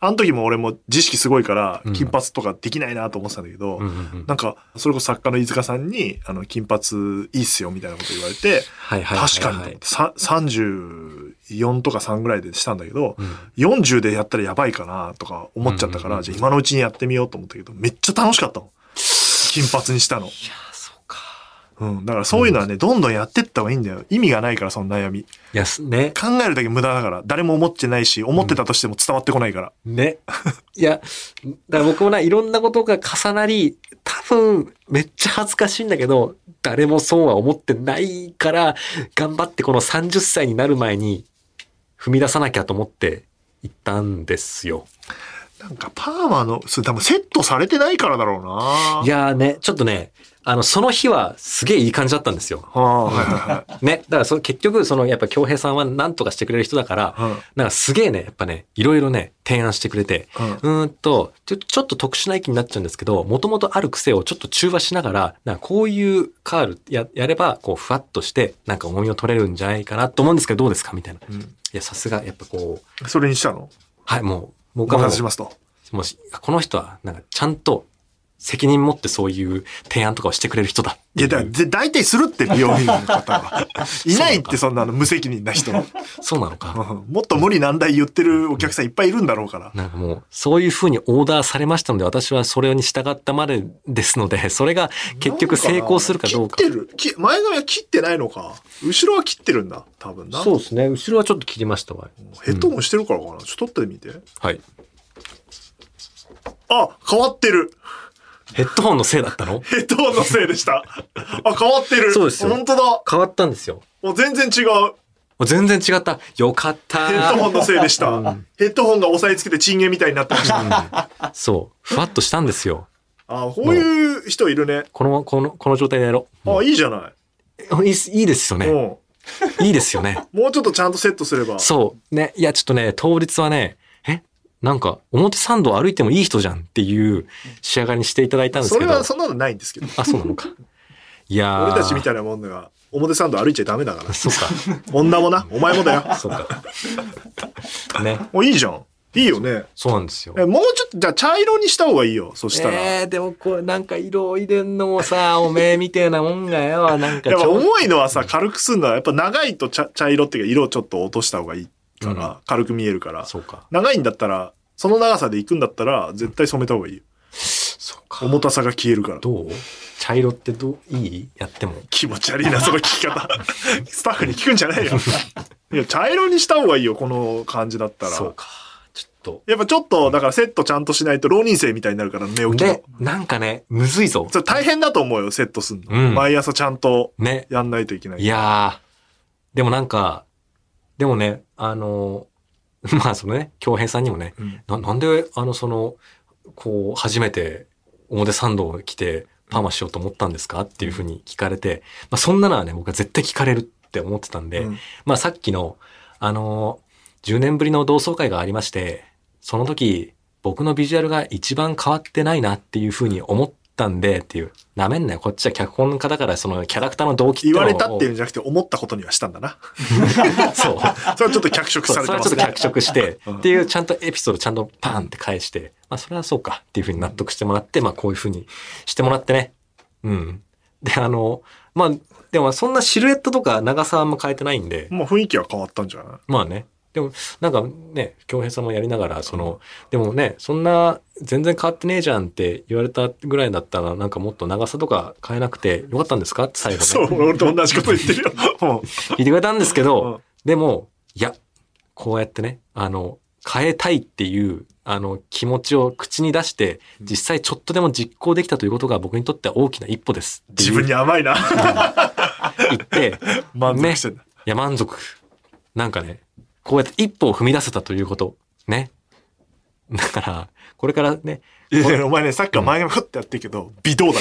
あの時も俺も自意識すごいからうん金髪とかできないなと思ってたんだけど、 うんうんうんなんかそれこそ作家の飯塚さんにあの金髪いいっすよみたいなこと言われて、 はいはいはいはい。 確かにと思ってささんじゅうよんとかさんぐらいでしたんだけど、 うんよんじゅうでやったらやばいかなとか思っちゃったから、 うんうんうんじゃあ今のうちにやってみようと思ったけど、めっちゃ楽しかったの。金髪にしたの。 いやー、そうか。 うん。だからそういうのはね、どんどんやってった方がいいんだよ。意味がないから、その悩み。 いや、すね。 考えるだけ無駄だから。誰も思ってないし、思ってたとしても伝わってこないから。 ね。いや、だから僕もな、いろんなことが重なり、多分、めっちゃ恥ずかしいんだけど、誰もそうは思ってないから、頑張ってこのさんじゅっさいになる前に、踏み出さなきゃと思って行ったんですよ。 なんかパーマの、それ多分セットされてないからだろうな。 いやーね、ちょっとね、あの、その日はすげえいい感じだったんですよ。 はあ、はいはいはい。 ね。だからその結局、そのやっぱ京平さんは何とかしてくれる人だから、 うんなんかすげえね、やっぱね、いろいろね、提案してくれて、 うんうーんとちょ、ちょっと特殊な意見になっちゃうんですけど、もともとある癖をちょっと中和しながら、なんかこういうカールややれば、こう、ふわっとして、なんか重みを取れるんじゃないかなと思うんですけど、どうですかみたいな。いうんや、さすが、やっぱこう、 それにしたの？ はい、もう、 お僕はもう任せしますと。 もし、この人は、なんかちゃんと責任持ってそういう提案とかをしてくれる人だっていう。 いや、だで大体するって美容院の方は。いないってそんなの無責任な人。 そうなのか。 うんもっと無理難題言ってるお客さんいっぱいいるんだろうから。 なんかもう、そういう風にオーダーされましたので、私はそれに従ったまでですので、それが結局成功するかどうか。 切ってるき前髪は切ってないのか。後ろは切ってるんだ。多分な。 そうですね。後ろはちょっと切りましたわ。 ヘッドホンしてるからかな。ちょっと取ってみて。 はい。 あ、変わってる。 ヘッドホンのせいだったの？ ヘッドホンのせいでした。あ、変わってる。 そうですよ本当だ。 変わったんですよ。 もう全然違う。 全然違った。よかった。 ヘッドホンのせいでした。 うんヘッドホンが押さえつけてチンゲみたいになってました。 そう。ふわっとしたんですよ。 あ、こういう人いるね。 この、この、この状態でやろう。 あ、いいじゃない。 いいっすいいですよね。 ういいですよね。 ん。もうちょっとちゃんとセットすれば。 そう。ね。いや、ちょっとね、当日はね、えなんか、表参道歩いてもいい人じゃんっていう仕上がりにしていただいたんですそけど。 れはそんなのないんですけど。 あ、そうなのか。いやー。 俺たちみたいなもんだが、表参道歩いちゃダメだから。 そうか。 女もな、お前もだよ。 そうか。ね。 もういいじゃん。いいよね。 そうなんですよ。 えもうちょっと、じゃあ茶色にした方がいいよ。そしたら。 えー、でもこれなんか色を入れんのもさ、おめえみてえなもんがよ。なんかやっぱちょ重いのはさ、軽くすんのは、やっぱ長いと茶茶色っていうか、色をちょっと落とした方がいいから、 うん軽く見えるから。 そうか。 長いんだったら、その長さで行くんだったら、絶対染めた方がいいよ。 そうか。 重たさが消えるから。 どう茶色ってどういいやっても。 気持ち悪いな、その聞き方。スタッフに聞くんじゃないよ。いや、茶色にした方がいいよ、この感じだったら。 そうか。ちょっと。 やっぱちょっと、だからセットちゃんとしないと浪人生みたいになるから、寝起きので。、なんかね、むずいぞ。 それ大変だと思うよ、セットすんの。 うん毎朝ちゃんとね。 やんないといけない。 いやー。でもなんか、でもね、あの、まあそのね、京平さんにもね、 うんななんで、あの、その、こう、初めて表参道来てパーマしようと思ったんですかっていうふうに聞かれて、まあそんなのはね、僕は絶対聞かれるって思ってたんで、 うんまあさっきの、あの、じゅうねんぶりの同窓会がありまして、その時、僕のビジュアルが一番変わってないなっていうふうに思ったんで、っていう、なめんなよ、こっちは脚本家だから、そのキャラクターの動機っていうのを言われたっていうんじゃなくて、思ったことにはしたんだな。 そう。 それはちょっと脚色そうそれはちょっとされてますね。 脚色して、 うんっていうちゃんとエピソードちゃんとパーンって返して、まあそれはそうかっていうふうに納得してもらって、まあこういうふうにしてもらってね。うん。で、あの、まあ、でもそんなシルエットとか長さはあんま変えてないんで、 もう雰囲気は変わったんじゃない？ まあね。でも、なんかね、京平さんもやりながら、その、でもね、そんな、全然変わってねえじゃんって言われたぐらいだったら、なんかもっと長さとか変えなくてよかったんですかって最後ね。 そう、俺と同じこと言ってるよ。もう聞いてくれたんですけうんど、でも、いや、こうやってね、あの、変えたいっていう、あの、気持ちを口に出して、実際ちょっとでも実行できたということが僕にとっては大きな一歩ですっていう。 自分に甘いな。 言って、 満足してんだ。 いや、満足。なんかね、こうやって一歩を踏み出せたということ。ね。だから、これからね、 いやいやお前ね、さっきから前髪ふってやってるけど、微動だね。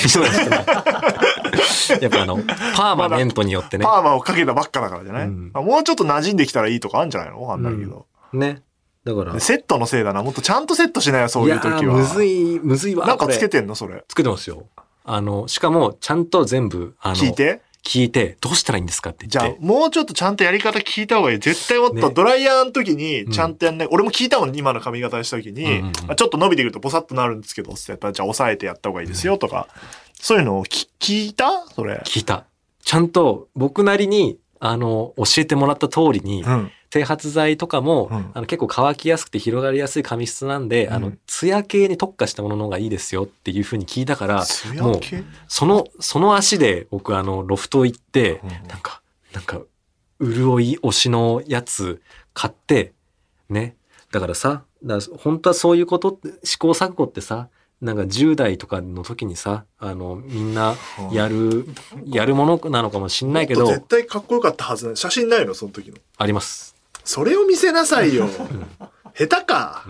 やっぱあの、パーマネントによってね。 パーマをかけたばっかだからじゃない、 うんまあもうちょっと馴染んできたらいいとかあるんじゃないのわかんないけど、 ね。だから。 セットのせいだな。もっとちゃんとセットしないよ、そういう時は。 いやーむずい、むずいわ。 なんかつけこれてんのそれ。 つけてますよ。あの、しかも、ちゃんと全部、あの、 聞いて聞いて、どうしたらいいんですかってじゃあ言って。 もうちょっとちゃんとやり方聞いた方がいい。絶対もっとねドライヤーの時にちゃんとやんない。俺も聞いたもん、今の髪型にした時に、 うんうんうんあちょっと伸びてくるとボサッとなるんですけど、ってやったらじゃあ抑えてやった方がいいですよとか、そういうのをき聞いたそれ。 聞いた。ちゃんと僕なりに、あの、教えてもらった通りに、 うん。 整髪剤とかも、 うんあの結構乾きやすくて広がりやすい髪質なんで、 うんあの、ツヤ系に特化したものの方がいいですよっていう風に聞いたから、 ツヤもう、 系その、その足で僕あの、ロフト行って、 うんなんか、なんか、潤い推しのやつ買って、ね。だからさ、だから本当はそういうことって、試行錯誤ってさ、なんかじゅう代とかの時にさ、あの、みんなやる、やるものなのかもしんないけど、 もっと絶対かっこよかったはずな写真ないのその時の。 あります。 それを見せなさいよ。下手か。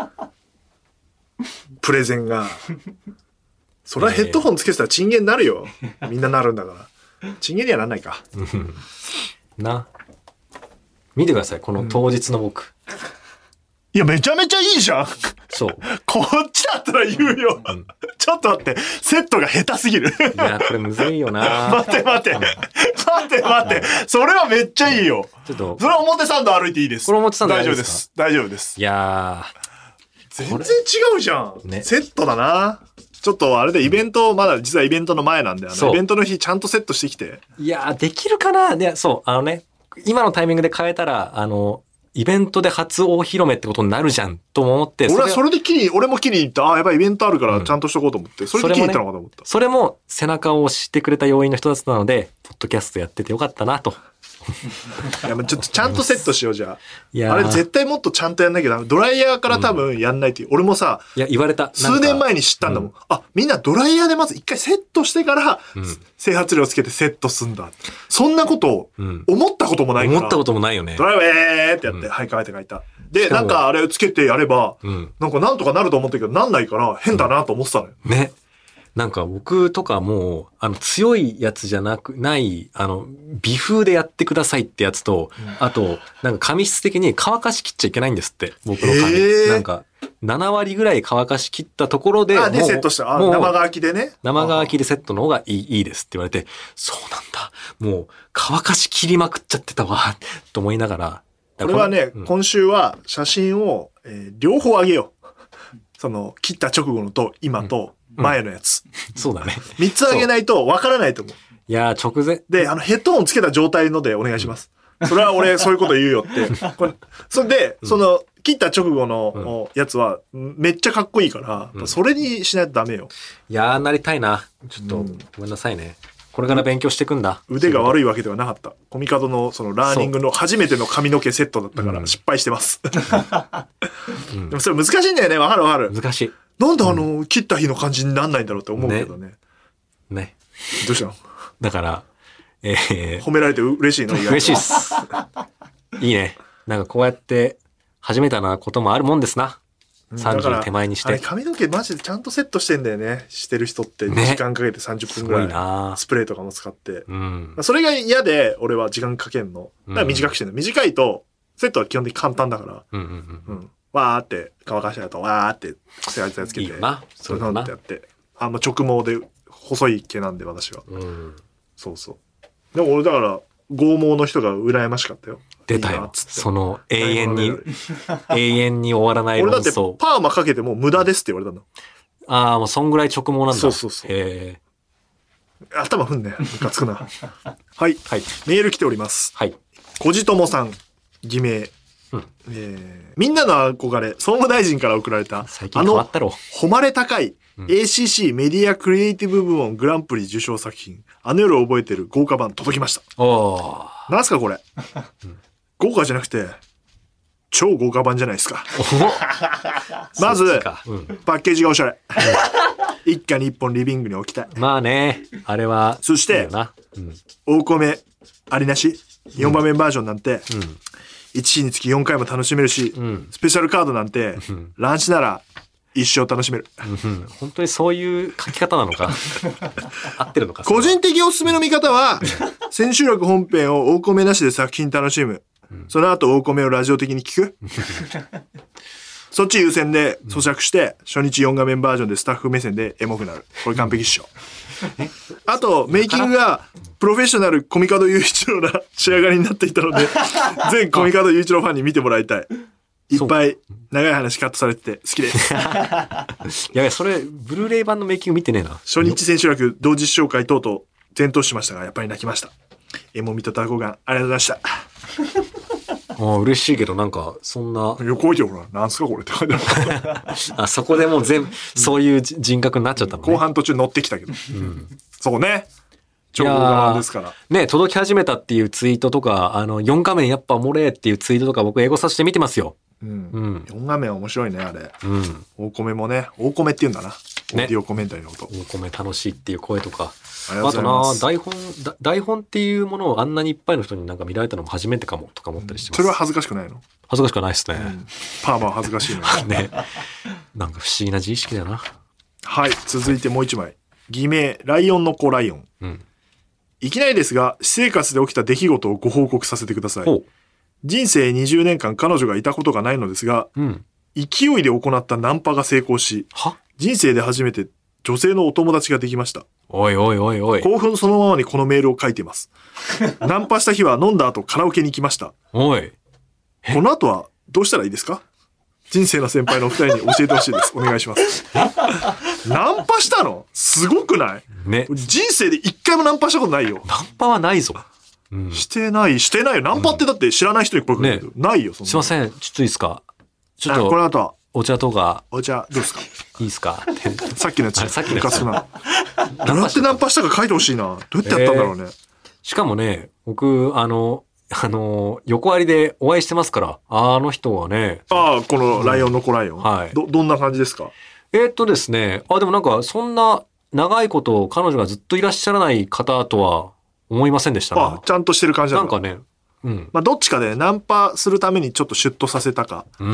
プレゼンが。それはヘッドホンつけてたらチンゲンになるよ。みんななるんだから。チンゲンにはなんないか。 うんな。見てください、この当日の僕。 いや、めちゃめちゃいいじゃん。 そう。 こっちだったら言うよ。 うんちょっと待って。セットが下手すぎる。 いや、これむずいよな。 待って待って。待って待って。それはめっちゃいいよ。 ちょっとそ、れは表参道歩いていいです。 これ表参道大大丈夫ですか丈夫です。大丈夫です。 いや全然違うじゃん。 ねセットだな。ちょっとあれでイベント、まだ実はイベントの前なんで、あそうのイベントの日ちゃんとセットしてきて。 ー、いやー、できるかないや、そう、あのね、今のタイミングで変えたら、あの、イベントで初大披露目ってことになるじゃん、と思って、 俺はそれれで気に、俺も気に入った。ああ、やっぱイベントあるからうんちゃんとしとこうと思って。それで気に入ったのかと思った。 それも背中を押してくれた要因の一つなので、ポッドキャストやっててよかったなと。 いや、もうちょっとちゃんとセットしようじゃあ。 いやーあれ絶対もっとちゃんとやんなきゃダメ。ドライヤーから多分やんないっていう。俺もさ、 いや、言われた。 数年前に。 に知ったんだもん。あ、みんなドライヤーでまず一回セットしてから、 うん整髪料つけてセットすんだ。そんなことをうん。 思ったこともないから。 思ったこともないよねド。ライヤーえーってやって、 うんはい、乾いて書いた。で、 しかもなんかあれつけてやれば、 うん。 なんかなんとかなると思ったけど、なんないから変だなと思ってたのよ。 ね。なんか僕とかもう、あの、強いやつじゃなく、ない、あの、微風でやってくださいってやつと、あと、なんか髪質的に乾かしきっちゃいけないんですって、僕の髪。 へーなんか、なな割ぐらい乾かしきったところで、 あ、で、 もうセットした。あ、 もう生乾きでね。 生乾きでセットの方がいいいいですって言われて、そうなんだ。もう乾かし切りまくっちゃってたわ、と思いながら。 これはね、 うん今週は写真を、えー両方上げよう。その、切った直後のと、今と、前のやつ。 そうだね。 三つ上げないと分からないと思う。 いやー、直前。 で、あの、ヘッドホンつけた状態のでお願いします。それは俺、そういうこと言うよって。これそれで、その、切った直後のやつは、めっちゃかっこいいから、 うんそれにしないとダメよ。 いやー、なりたいな。ちょっと、 うんごめんなさいね。これから勉強していくんだ。 腕がい。 悪いわけではなかった。コミカドのそのラーニングの初めての髪の毛セットだったからうん失敗してます。 うんでもそれ難しいんだよね。わかるわかる。 難しなんであの、切った日の感じになんないんだろうって思うけどね。 い。ね。 どうしたのだから、え褒められて嬉しいのー、嬉しいっす。いいね。なんかこうやって、初めてなこともあるもんですな。さんじゅう手前にしあれて。 髪の毛マジでちゃんとセットしてんだよね。してる人ってね時間かけてさんじゅっぷすごいんぐらい。 なスプレーとかも使って。 うん。 それが嫌で俺は時間かけんの。だから短くしてんの。短いと、セットは基本的に簡単だから。 うんうんうんう。ん。わーって乾かしたやと、わーって手当てつけて。 いいよな。 それそうだななんてやって。あんま直毛で細い毛なんで私は。 うん。 そうそう。でも俺だから、剛毛の人が羨ましかったよ。 出たよいいなっ。つってその永遠に、永遠に終わらない俺だって論争。 パーマかけても無駄ですって言われたの。 ああ、もうそんぐらい直毛なんだ。 そうそうそうへえ。 頭ふんね。ムカつくな。はい。 はい。 メール来ております。 はい。 こじともさん、偽名。 うんえーみんなの憧れ、総務大臣から送られた、 最あの近変わったろ。 誉れ高い、 うんエーシーシー メディアクリエイティブ部門グランプリ受賞作品、あの夜を覚えてる豪華版届きました。 おー。 なんすかこれ、豪華じゃなくて、超豪華版じゃないですか。まずそっちかうんパッケージがおしゃれ。一家に一本リビングに置きたい。 まあね、あれは。 そしていいよな。うん。 大米ありなしよんばんめバージョンなんて、 うん。 いち日につきよんかいも楽しめるし、 うんスペシャルカードなんて、 ん乱視なら一生楽しめる。 うん本当にそういう書き方なのか合ってるのか個人的おすすめの見方は、千秋楽本編を大米なしで作品楽しむ。その後大米をラジオ的に聞く。 そっち優先で咀嚼して、初日よん画面バージョンでスタッフ目線でエモくなる。これ完璧っしょ。あと、メイキングがプロフェッショナルコミカド雄一郎な仕上がりになっていたので、全コミカド雄一郎ファンに見てもらいたい。いっぱい長い話カットされてて好きです。 やべ、それ、ブルーレイ版のメイキング見てねえな。 初日千秋楽同時視聴会等々全投資しましたが、やっぱり泣きました。エモミとタコガン、ありがとうございました。 ああ、嬉しいけど、なんか、そんな。 横置いてほら、なんすかこれって書いてある。 あ、そこでもう全部、そういう人格になっちゃったのね。 後半途中乗ってきたけど。うん、そこね。情報側ですから。 ね、届き始めたっていうツイートとか、あの、よん画面やっぱ漏れっていうツイートとか僕英語させて見てますよ。 うん。うん、よん画面面白いね、あれ。 うん。 大米もね、大米って言うんだな。オーディオコメンタリーのこと。 大米楽しいっていう声とか。 あ, あとな、台本、台本っていうものをあんなにいっぱいの人になんか見られたのも初めてかもとか思ったりしてます。 それは恥ずかしくないの？ 恥ずかしくないですね。うん、 パーマは恥ずかしいのね。なんか不思議な自意識だな。 はい、続いてもう一枚。偽名、ライオンの子ライオン。うん。いきなりですが、私生活で起きた出来事をご報告させてください。人生にじゅうねんかん彼女がいたことがないのですが、うん、勢いで行ったナンパが成功し、人生で初めて女性のお友達ができました。 おいおいおいおい。 興奮そのままにこのメールを書いています。ナンパした日は飲んだ後カラオケに行きました。 おい。 この後はどうしたらいいですか？人生の先輩のお二人に教えてほしいです。お願いします。ナンパしたの？すごくない？ね。人生で一回もナンパしたことないよ。 ナンパはないぞ。 うん、してない、してないよ。ナンパってだって知らない人に声かけるけど、ね、ないよ、そんな。 すいません、ちょっといいですか？ちょっと。 この後は。 お茶とか。 お茶、どうですか？ いいですか？ さっきのやつ。 さっきのやつ。 どうやってナンパしたか書いてほしいな。どうやってやったんだろうね。えー、 しかもね、僕、あの、あの、横ありでお会いしてますから、あの人はね。 ああ、このライオンの子ライオン。 うん、はい。 ど、どんな感じですか？ えー、っとですね、あ、でもなんか、そんな長いこと彼女がずっといらっしゃらない方とは思いませんでしたな。 あ、ちゃんとしてる感じだなんかね、うん。 まあ、どっちかでナンパするためにちょっとシュッとさせたか。 うん。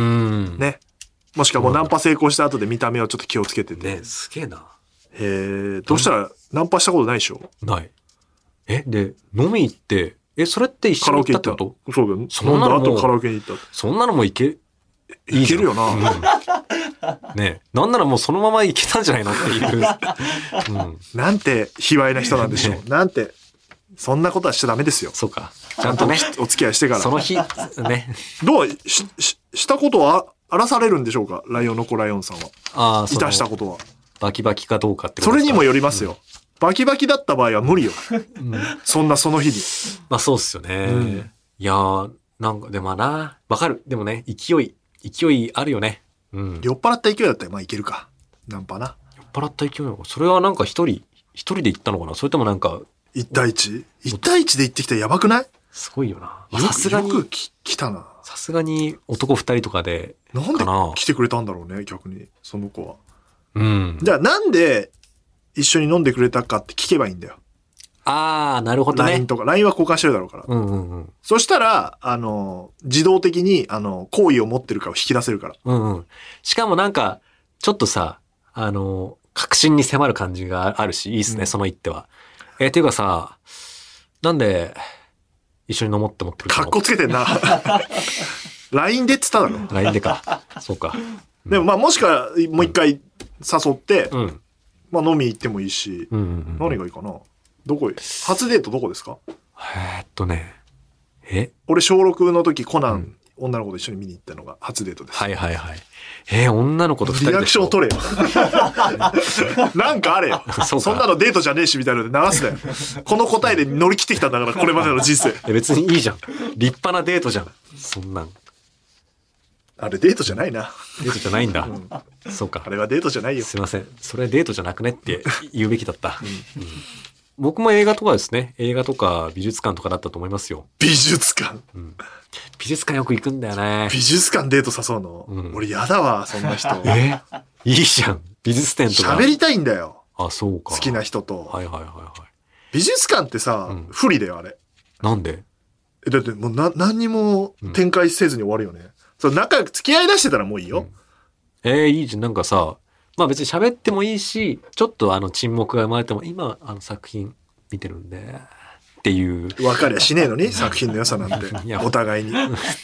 ね。もしくはもうナンパ成功した後で見た目をちょっと気をつけてて。 ね、すげえな。 へえ、どうしたらナンパしたことないでしょ？ ない。え、で、飲み行って、え、それって一緒に行ったってこと？ そうだよ。そんなのもカラオケに行った。 そんなのもいけ、 いけるよな。うん、 ね、なんならもうそのままいけたんじゃないのっていう。 うん、なんて卑猥な人なんでしょう。ね、なんて、そんなことはしちゃダメですよ。 そうか。ちゃんとね。 お付き合いしてから。 その日、ね。 どうし、し、したことは荒らされるんでしょうか？ライオンの子ライオンさんは。ああ、そう。いたしたことは。 バキバキかどうかってことですか？それにもよりますよ。うん、バキバキだった場合は無理よ。うん、そんなその日に。 まあそうっすよね。うん、いやー、なんか、でもな、わかる。でもね、勢い、勢いあるよね。うん。 酔っ払った勢いだったらまあいけるか。ナンパな。 酔っ払った勢いのそれはなんか一人、一人で行ったのかな？それともなんか。 一対一？一対一で行ってきたらやばくない？ すごいよな。 さすがに。よく来たな。 さすがに男二人とかで。 なんで来てくれたんだろうね、逆に。その子は。 うん。 じゃあなんで一緒に飲んでくれたかって聞けばいいんだよ。 ああ、なるほどね。 ライン とか。ライン は交換してるだろうから。 うんうんうん。 そしたら、あの、自動的に、あの、好意を持ってるかを引き出せるから。 うんうん。しかもなんか、ちょっとさ、あの、確信に迫る感じがあるし、いいっすね、うん、その一手は。えー、ていうかさ、なんで、一緒に飲もうって思ってくれたの？ かっこつけてんな。ライン でって言っただろ。 ライン でか。そうか。 うん、でもまあもしかもう一回誘って、うん、まあ飲み行ってもいいし、うんうんうん、何がいいかな？どこへ？初デートどこですか？ えーっとね、え俺小ろくの時コナン、うん、女の子と一緒に見に行ったのが初デートです。 はいはいはい。えー、女の子と二人でリアクションを取れよ。なんかあれよ。そ, そんなのデートじゃねえしみたいなので流すなよ。この答えで乗り切ってきたんだから、これまでの人生。 別にいいじゃん。立派なデートじゃん。そんなん。 あれデートじゃないな。 デートじゃないんだ。うん、そうか。 あれはデートじゃないよ。 すいません。それはデートじゃなくねって言うべきだった。うんうん、僕も映画とかですね。映画とか美術館とかだったと思いますよ。 美術館、 うん、美術館よく行くんだよね。 美術館デート誘うの、うん、俺やだわ、そんな人。 えいいじゃん。美術展とか。 喋りたいんだよ。 あ、そうか。 好きな人と。 はいはいはいはい。 美術館ってさ、うん、不利だよ、あれ。 なんで？ え、だってもうな、何にも展開せずに終わるよね。うん、そう仲良く付き合い出してたらもういいよ。 うん、えー、いいじゃん。なんかさ、まあ別に喋ってもいいし、ちょっとあの沈黙が生まれても、今あの作品見てるんで、っていう。 分かりゃしねえのに、作品の良さなんて。お互いに。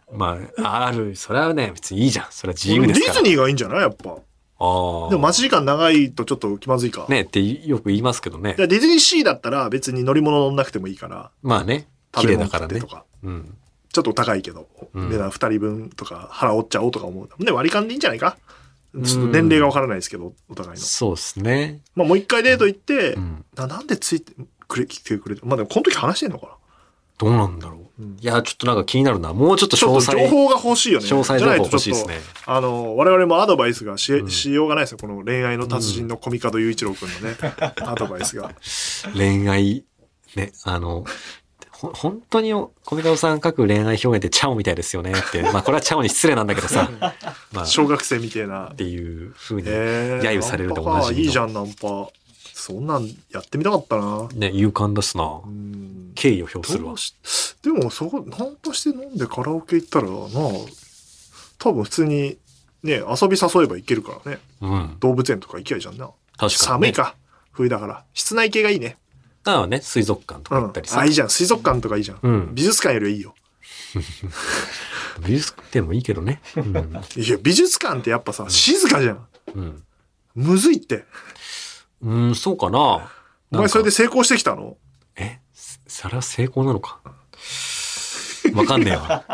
まあ、ある、それはね、別にいいじゃん。それは自由ですから。 ディズニーがいいんじゃないやっぱ。 ああ。 でも待ち時間長いとちょっと気まずいか。 ねってよく言いますけどね。 ディズニーシーだったら別に乗り物乗んなくてもいいから。 まあね。綺麗だからね。 とか。 うん。 ちょっと高いけど、値段ふたりぶんとか払おっちゃおうとか思う。ね、割り勘でいいんじゃないか。ちょっと年齢がわからないですけど、お互いの。 そうですね。 まあもう一回デート行って、 うん、 な, なんでついてくれ、来てくれた。まあでもこの時話してんのかな。 どうなんだろう。うん、いや、ちょっとなんか気になるな。もうちょっと詳細。 情報が欲しいよね。 詳細情報欲しいですね。 あの、我々もアドバイスが し,、うん、しようがないですよ。この恋愛の達人のコミカド雄一郎くんのね、うん、アドバイスが。 恋愛、ね、あの、ほ本当にコミカドさん書く恋愛表現ってチャオみたいですよねって。まあこれはチャオに失礼なんだけどさ。 まあ、小学生みたいな。 っていう風に揶揄されるで同じ。 いいじゃん、ナンパ。そんなんやってみたかったな。 ね、勇敢ですな。敬意を表するわ。 でもそこ、ナンパして飲んでカラオケ行ったらな、多分普通にね、遊び誘えばいけるからね。うん、動物園とか行きゃいいじゃんな。確かに、ね。寒いか。冬だから。室内系がいいね。 ああね、水族館とか行ったりさ、 うん。あ、いいじゃん。水族館とかいいじゃん。うん、美術館よりはいいよ。 美術館もいいけどね。うん、 いや、美術館ってやっぱさ、静かじゃん。うん、むずいって。 うん、そうかな。 お前それで成功してきたの？ え、それは成功なのか。わかんねえわ。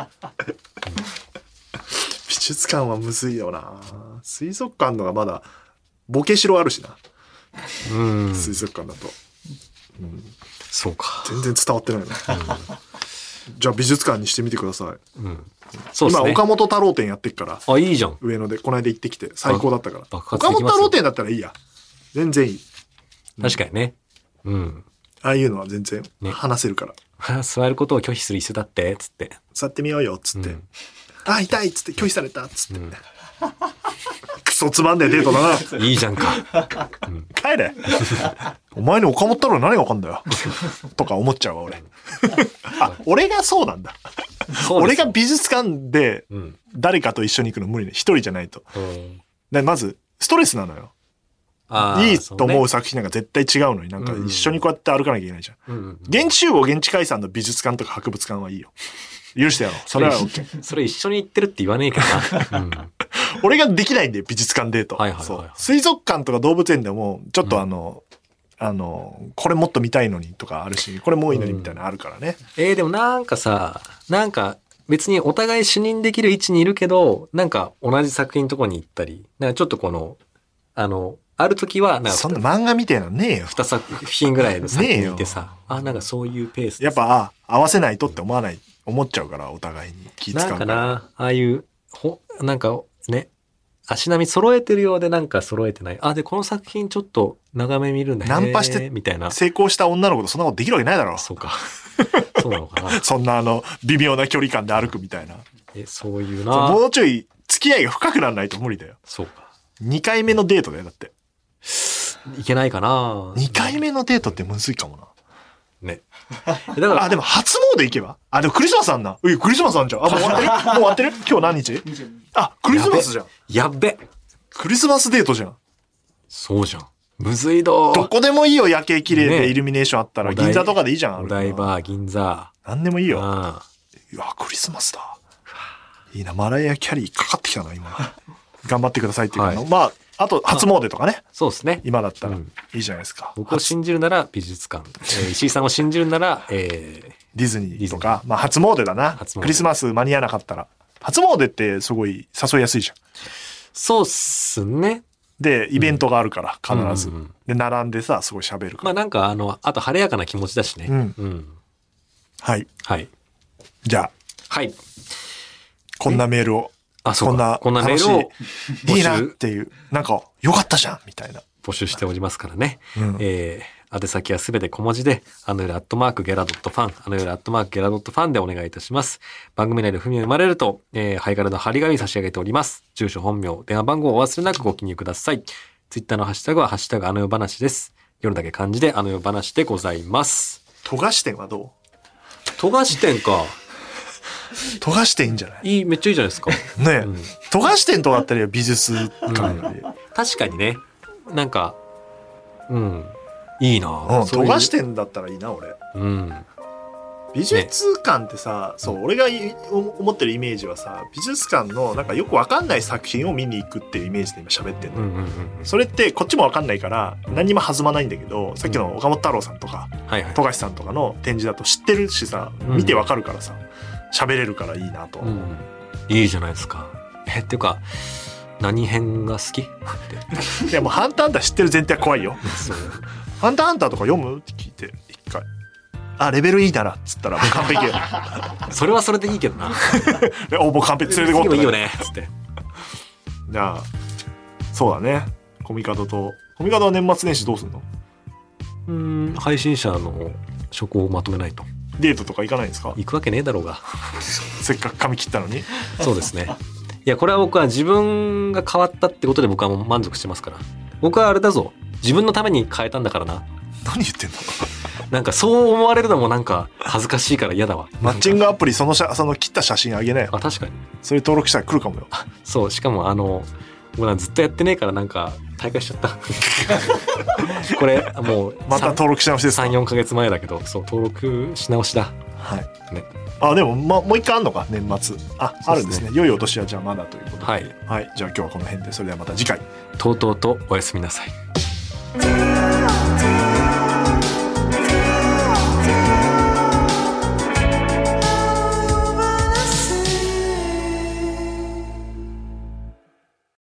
美術館はむずいよな。水族館のがまだボケしろあるしな。うん。水族館だと。 うん、そうか。 全然伝わってないな。うん、じゃあ美術館にしてみてください。うん。 そうですね。 今岡本太郎展やってっから。 あ、いいじゃん。 上野でこの間行ってきて最高だったから。岡本太郎展だったらいいや。全然いい。 確かにね。うん。 ああいうのは全然話せるから。 ね、座ることを拒否する椅子だって、つって。 座ってみようよ、つって。うん、あ、痛いっつって拒否された、つって。うん、クソつまんねえデートだな。 いいじゃんか。 うん、帰れ。お前に岡本太郎何がわかんだよ。とか思っちゃうわ、俺。あ、俺がそうなんだ。俺が美術館で誰かと一緒に行くの無理ね。一人じゃないと。うん、でまず、ストレスなのよ。いいと思う作品なんか絶対違うのに、なんか一緒にこうやって歩かなきゃいけないじゃん。うんうん、現地集合、現地解散の美術館とか博物館はいいよ。許してやろう。それは OK。 それ一緒に行ってるって言わねえけどな。うん、 俺ができないんで、美術館デート。はいはいはいはい、水族館とか動物園でも、ちょっとあの、うん、あの、これもっと見たいのにとかあるし、これもういいのにみたいなのあるからね。 うん、えー、でもなんかさ、なんか別にお互い視認できる位置にいるけど、なんか同じ作品のとこに行ったり、なんかちょっとこの、あの、ある時はなんかそんな漫画みたいなのねえよ。 二作品ぐらいの作品見てさ、あ、なんかそういうペース。 やっぱ、あ、合わせないとって思わない、思っちゃうから、お互いに気使うから。 なんかな、ああいう、ほ、なんかね、足並み揃えてるようでなんか揃えてない。あ、で、この作品ちょっと長め見るんだよね。 ナンパしてみたいな。 成功した女の子とそんなことできるわけないだろう。 そうか。そうなのかな。 そんなあの、微妙な距離感で歩くみたいな。 え、そういうな。 もうちょい付き合いが深くならないと無理だよ。 そうか。 二回目のデートだよ、だって。 いけないかな。 二回目のデートってむずいかもな。 ね。だから、 あ、でも初詣行けばあ、でもクリスマスあんな。うい、クリスマスあんじゃん。あ、もう終わってるもう終わってる今日何日あ、クリスマスじゃん。 やっべ。 クリスマスデートじゃん。 そうじゃん。むずいど。 どこでもいいよ、夜景綺麗でイルミネーションあったら。銀座とかでいいじゃん。 お台場、銀座。 何でもいいよ。ああ。うわ、クリスマスだ。いいな、マライア・キャリーかかってきたな、今。頑張ってくださいっていうか、はい、まあ、あと、初詣とかね。 そうですね。 今だったらいいじゃないですか。 僕を信じるなら美術館。えー、石井さんを信じるなら、えー、 ディズニーとか。まあ、初詣だな。クリスマス間に合わなかったら。初詣ってすごい誘いやすいじゃん。 そうっすね。 で、イベントがあるから、必ず。うんうんうん、で、並んでさ、すごい喋るから。 まあなんか、あの、あと晴れやかな気持ちだしね。うん。うん、 はい。 はい。 じゃあ。 はい。 こんなメールを。 あ、そうか。 こんなメールをいいなっていう、なんか、よかったじゃんみたいな。 募集しておりますからね。うん、えー、宛先はすべて小文字で、あの夜アットマークゲラドットファン、あの夜アットマークゲラドットファンでお願いいたします。番組内で文を生まれると、えー、ハイカラの張り紙差し上げております。住所、本名、電話番号をお忘れなくご記入ください。ツイッターのハッシュタグは、ハッシュタグあの夜話です。夜だけ漢字であの夜話でございます。 富樫店はどう？ 富樫店か。 富樫店いいんじゃない？ いい、めっちゃいいじゃないですか。ねえ。うん、富樫店とかあったら美術館より、うん。 確かにね。なんか、うん。いいな、 うん、富樫店だったらいいな、俺。 うん。 美術館ってさ、そう俺がい思ってるイメージはさ、美術館のなんかよくわかんない作品を見に行くっていうイメージで今喋ってんの、 うんうんうん、 それってこっちもわかんないから何にも弾まないんだけど、さっきの岡本太郎さんとかはいはい、 富樫さんとかの展示だと知ってるしさ、見てわかるからさ喋れるからいいなと、 うん、いいじゃないですか。えっていうか何編が好きって。 でもハンターハンター知ってる前提は怖いよ。 そうハンターハンターとか読むって聞いて一回、あレベルいいだなっつったらもう完璧。 それはそれでいいけどな。 おもう完璧連れてこうって、 次もいいよねっつって。 じゃあそうだね、コミカドとコミカドは年末年始どうするの？ うーん配信者の処方をまとめないと。 デートとか行かないんですか？ 行くわけねえだろうが。 せっかく髪切ったのに。 そうですね。いやこれは僕は自分が変わったってことで僕はもう満足してますから。僕はあれだぞ、自分のために変えたんだからな。 何言ってんの？ なんかそう思われるのもなんか恥ずかしいから嫌だわ。 マッチングアプリその写その切った写真あげなよ。 あ確かに。 それ登録したら来るかもよ。 そうしかもあのもうなんかずっとやってねえからなんか大会しちゃった。これもうまた登録し直しですか？ さん、よんかげつまえだけど、そう登録し直しだ。 はいね。 あでも、ま、もう一回あんのか年末。あ、あるんですね。良いお年はじゃあまだということで。 はい。 はい。じゃあ今日はこの辺で、それではまた次回。 とうとうとおやすみなさい。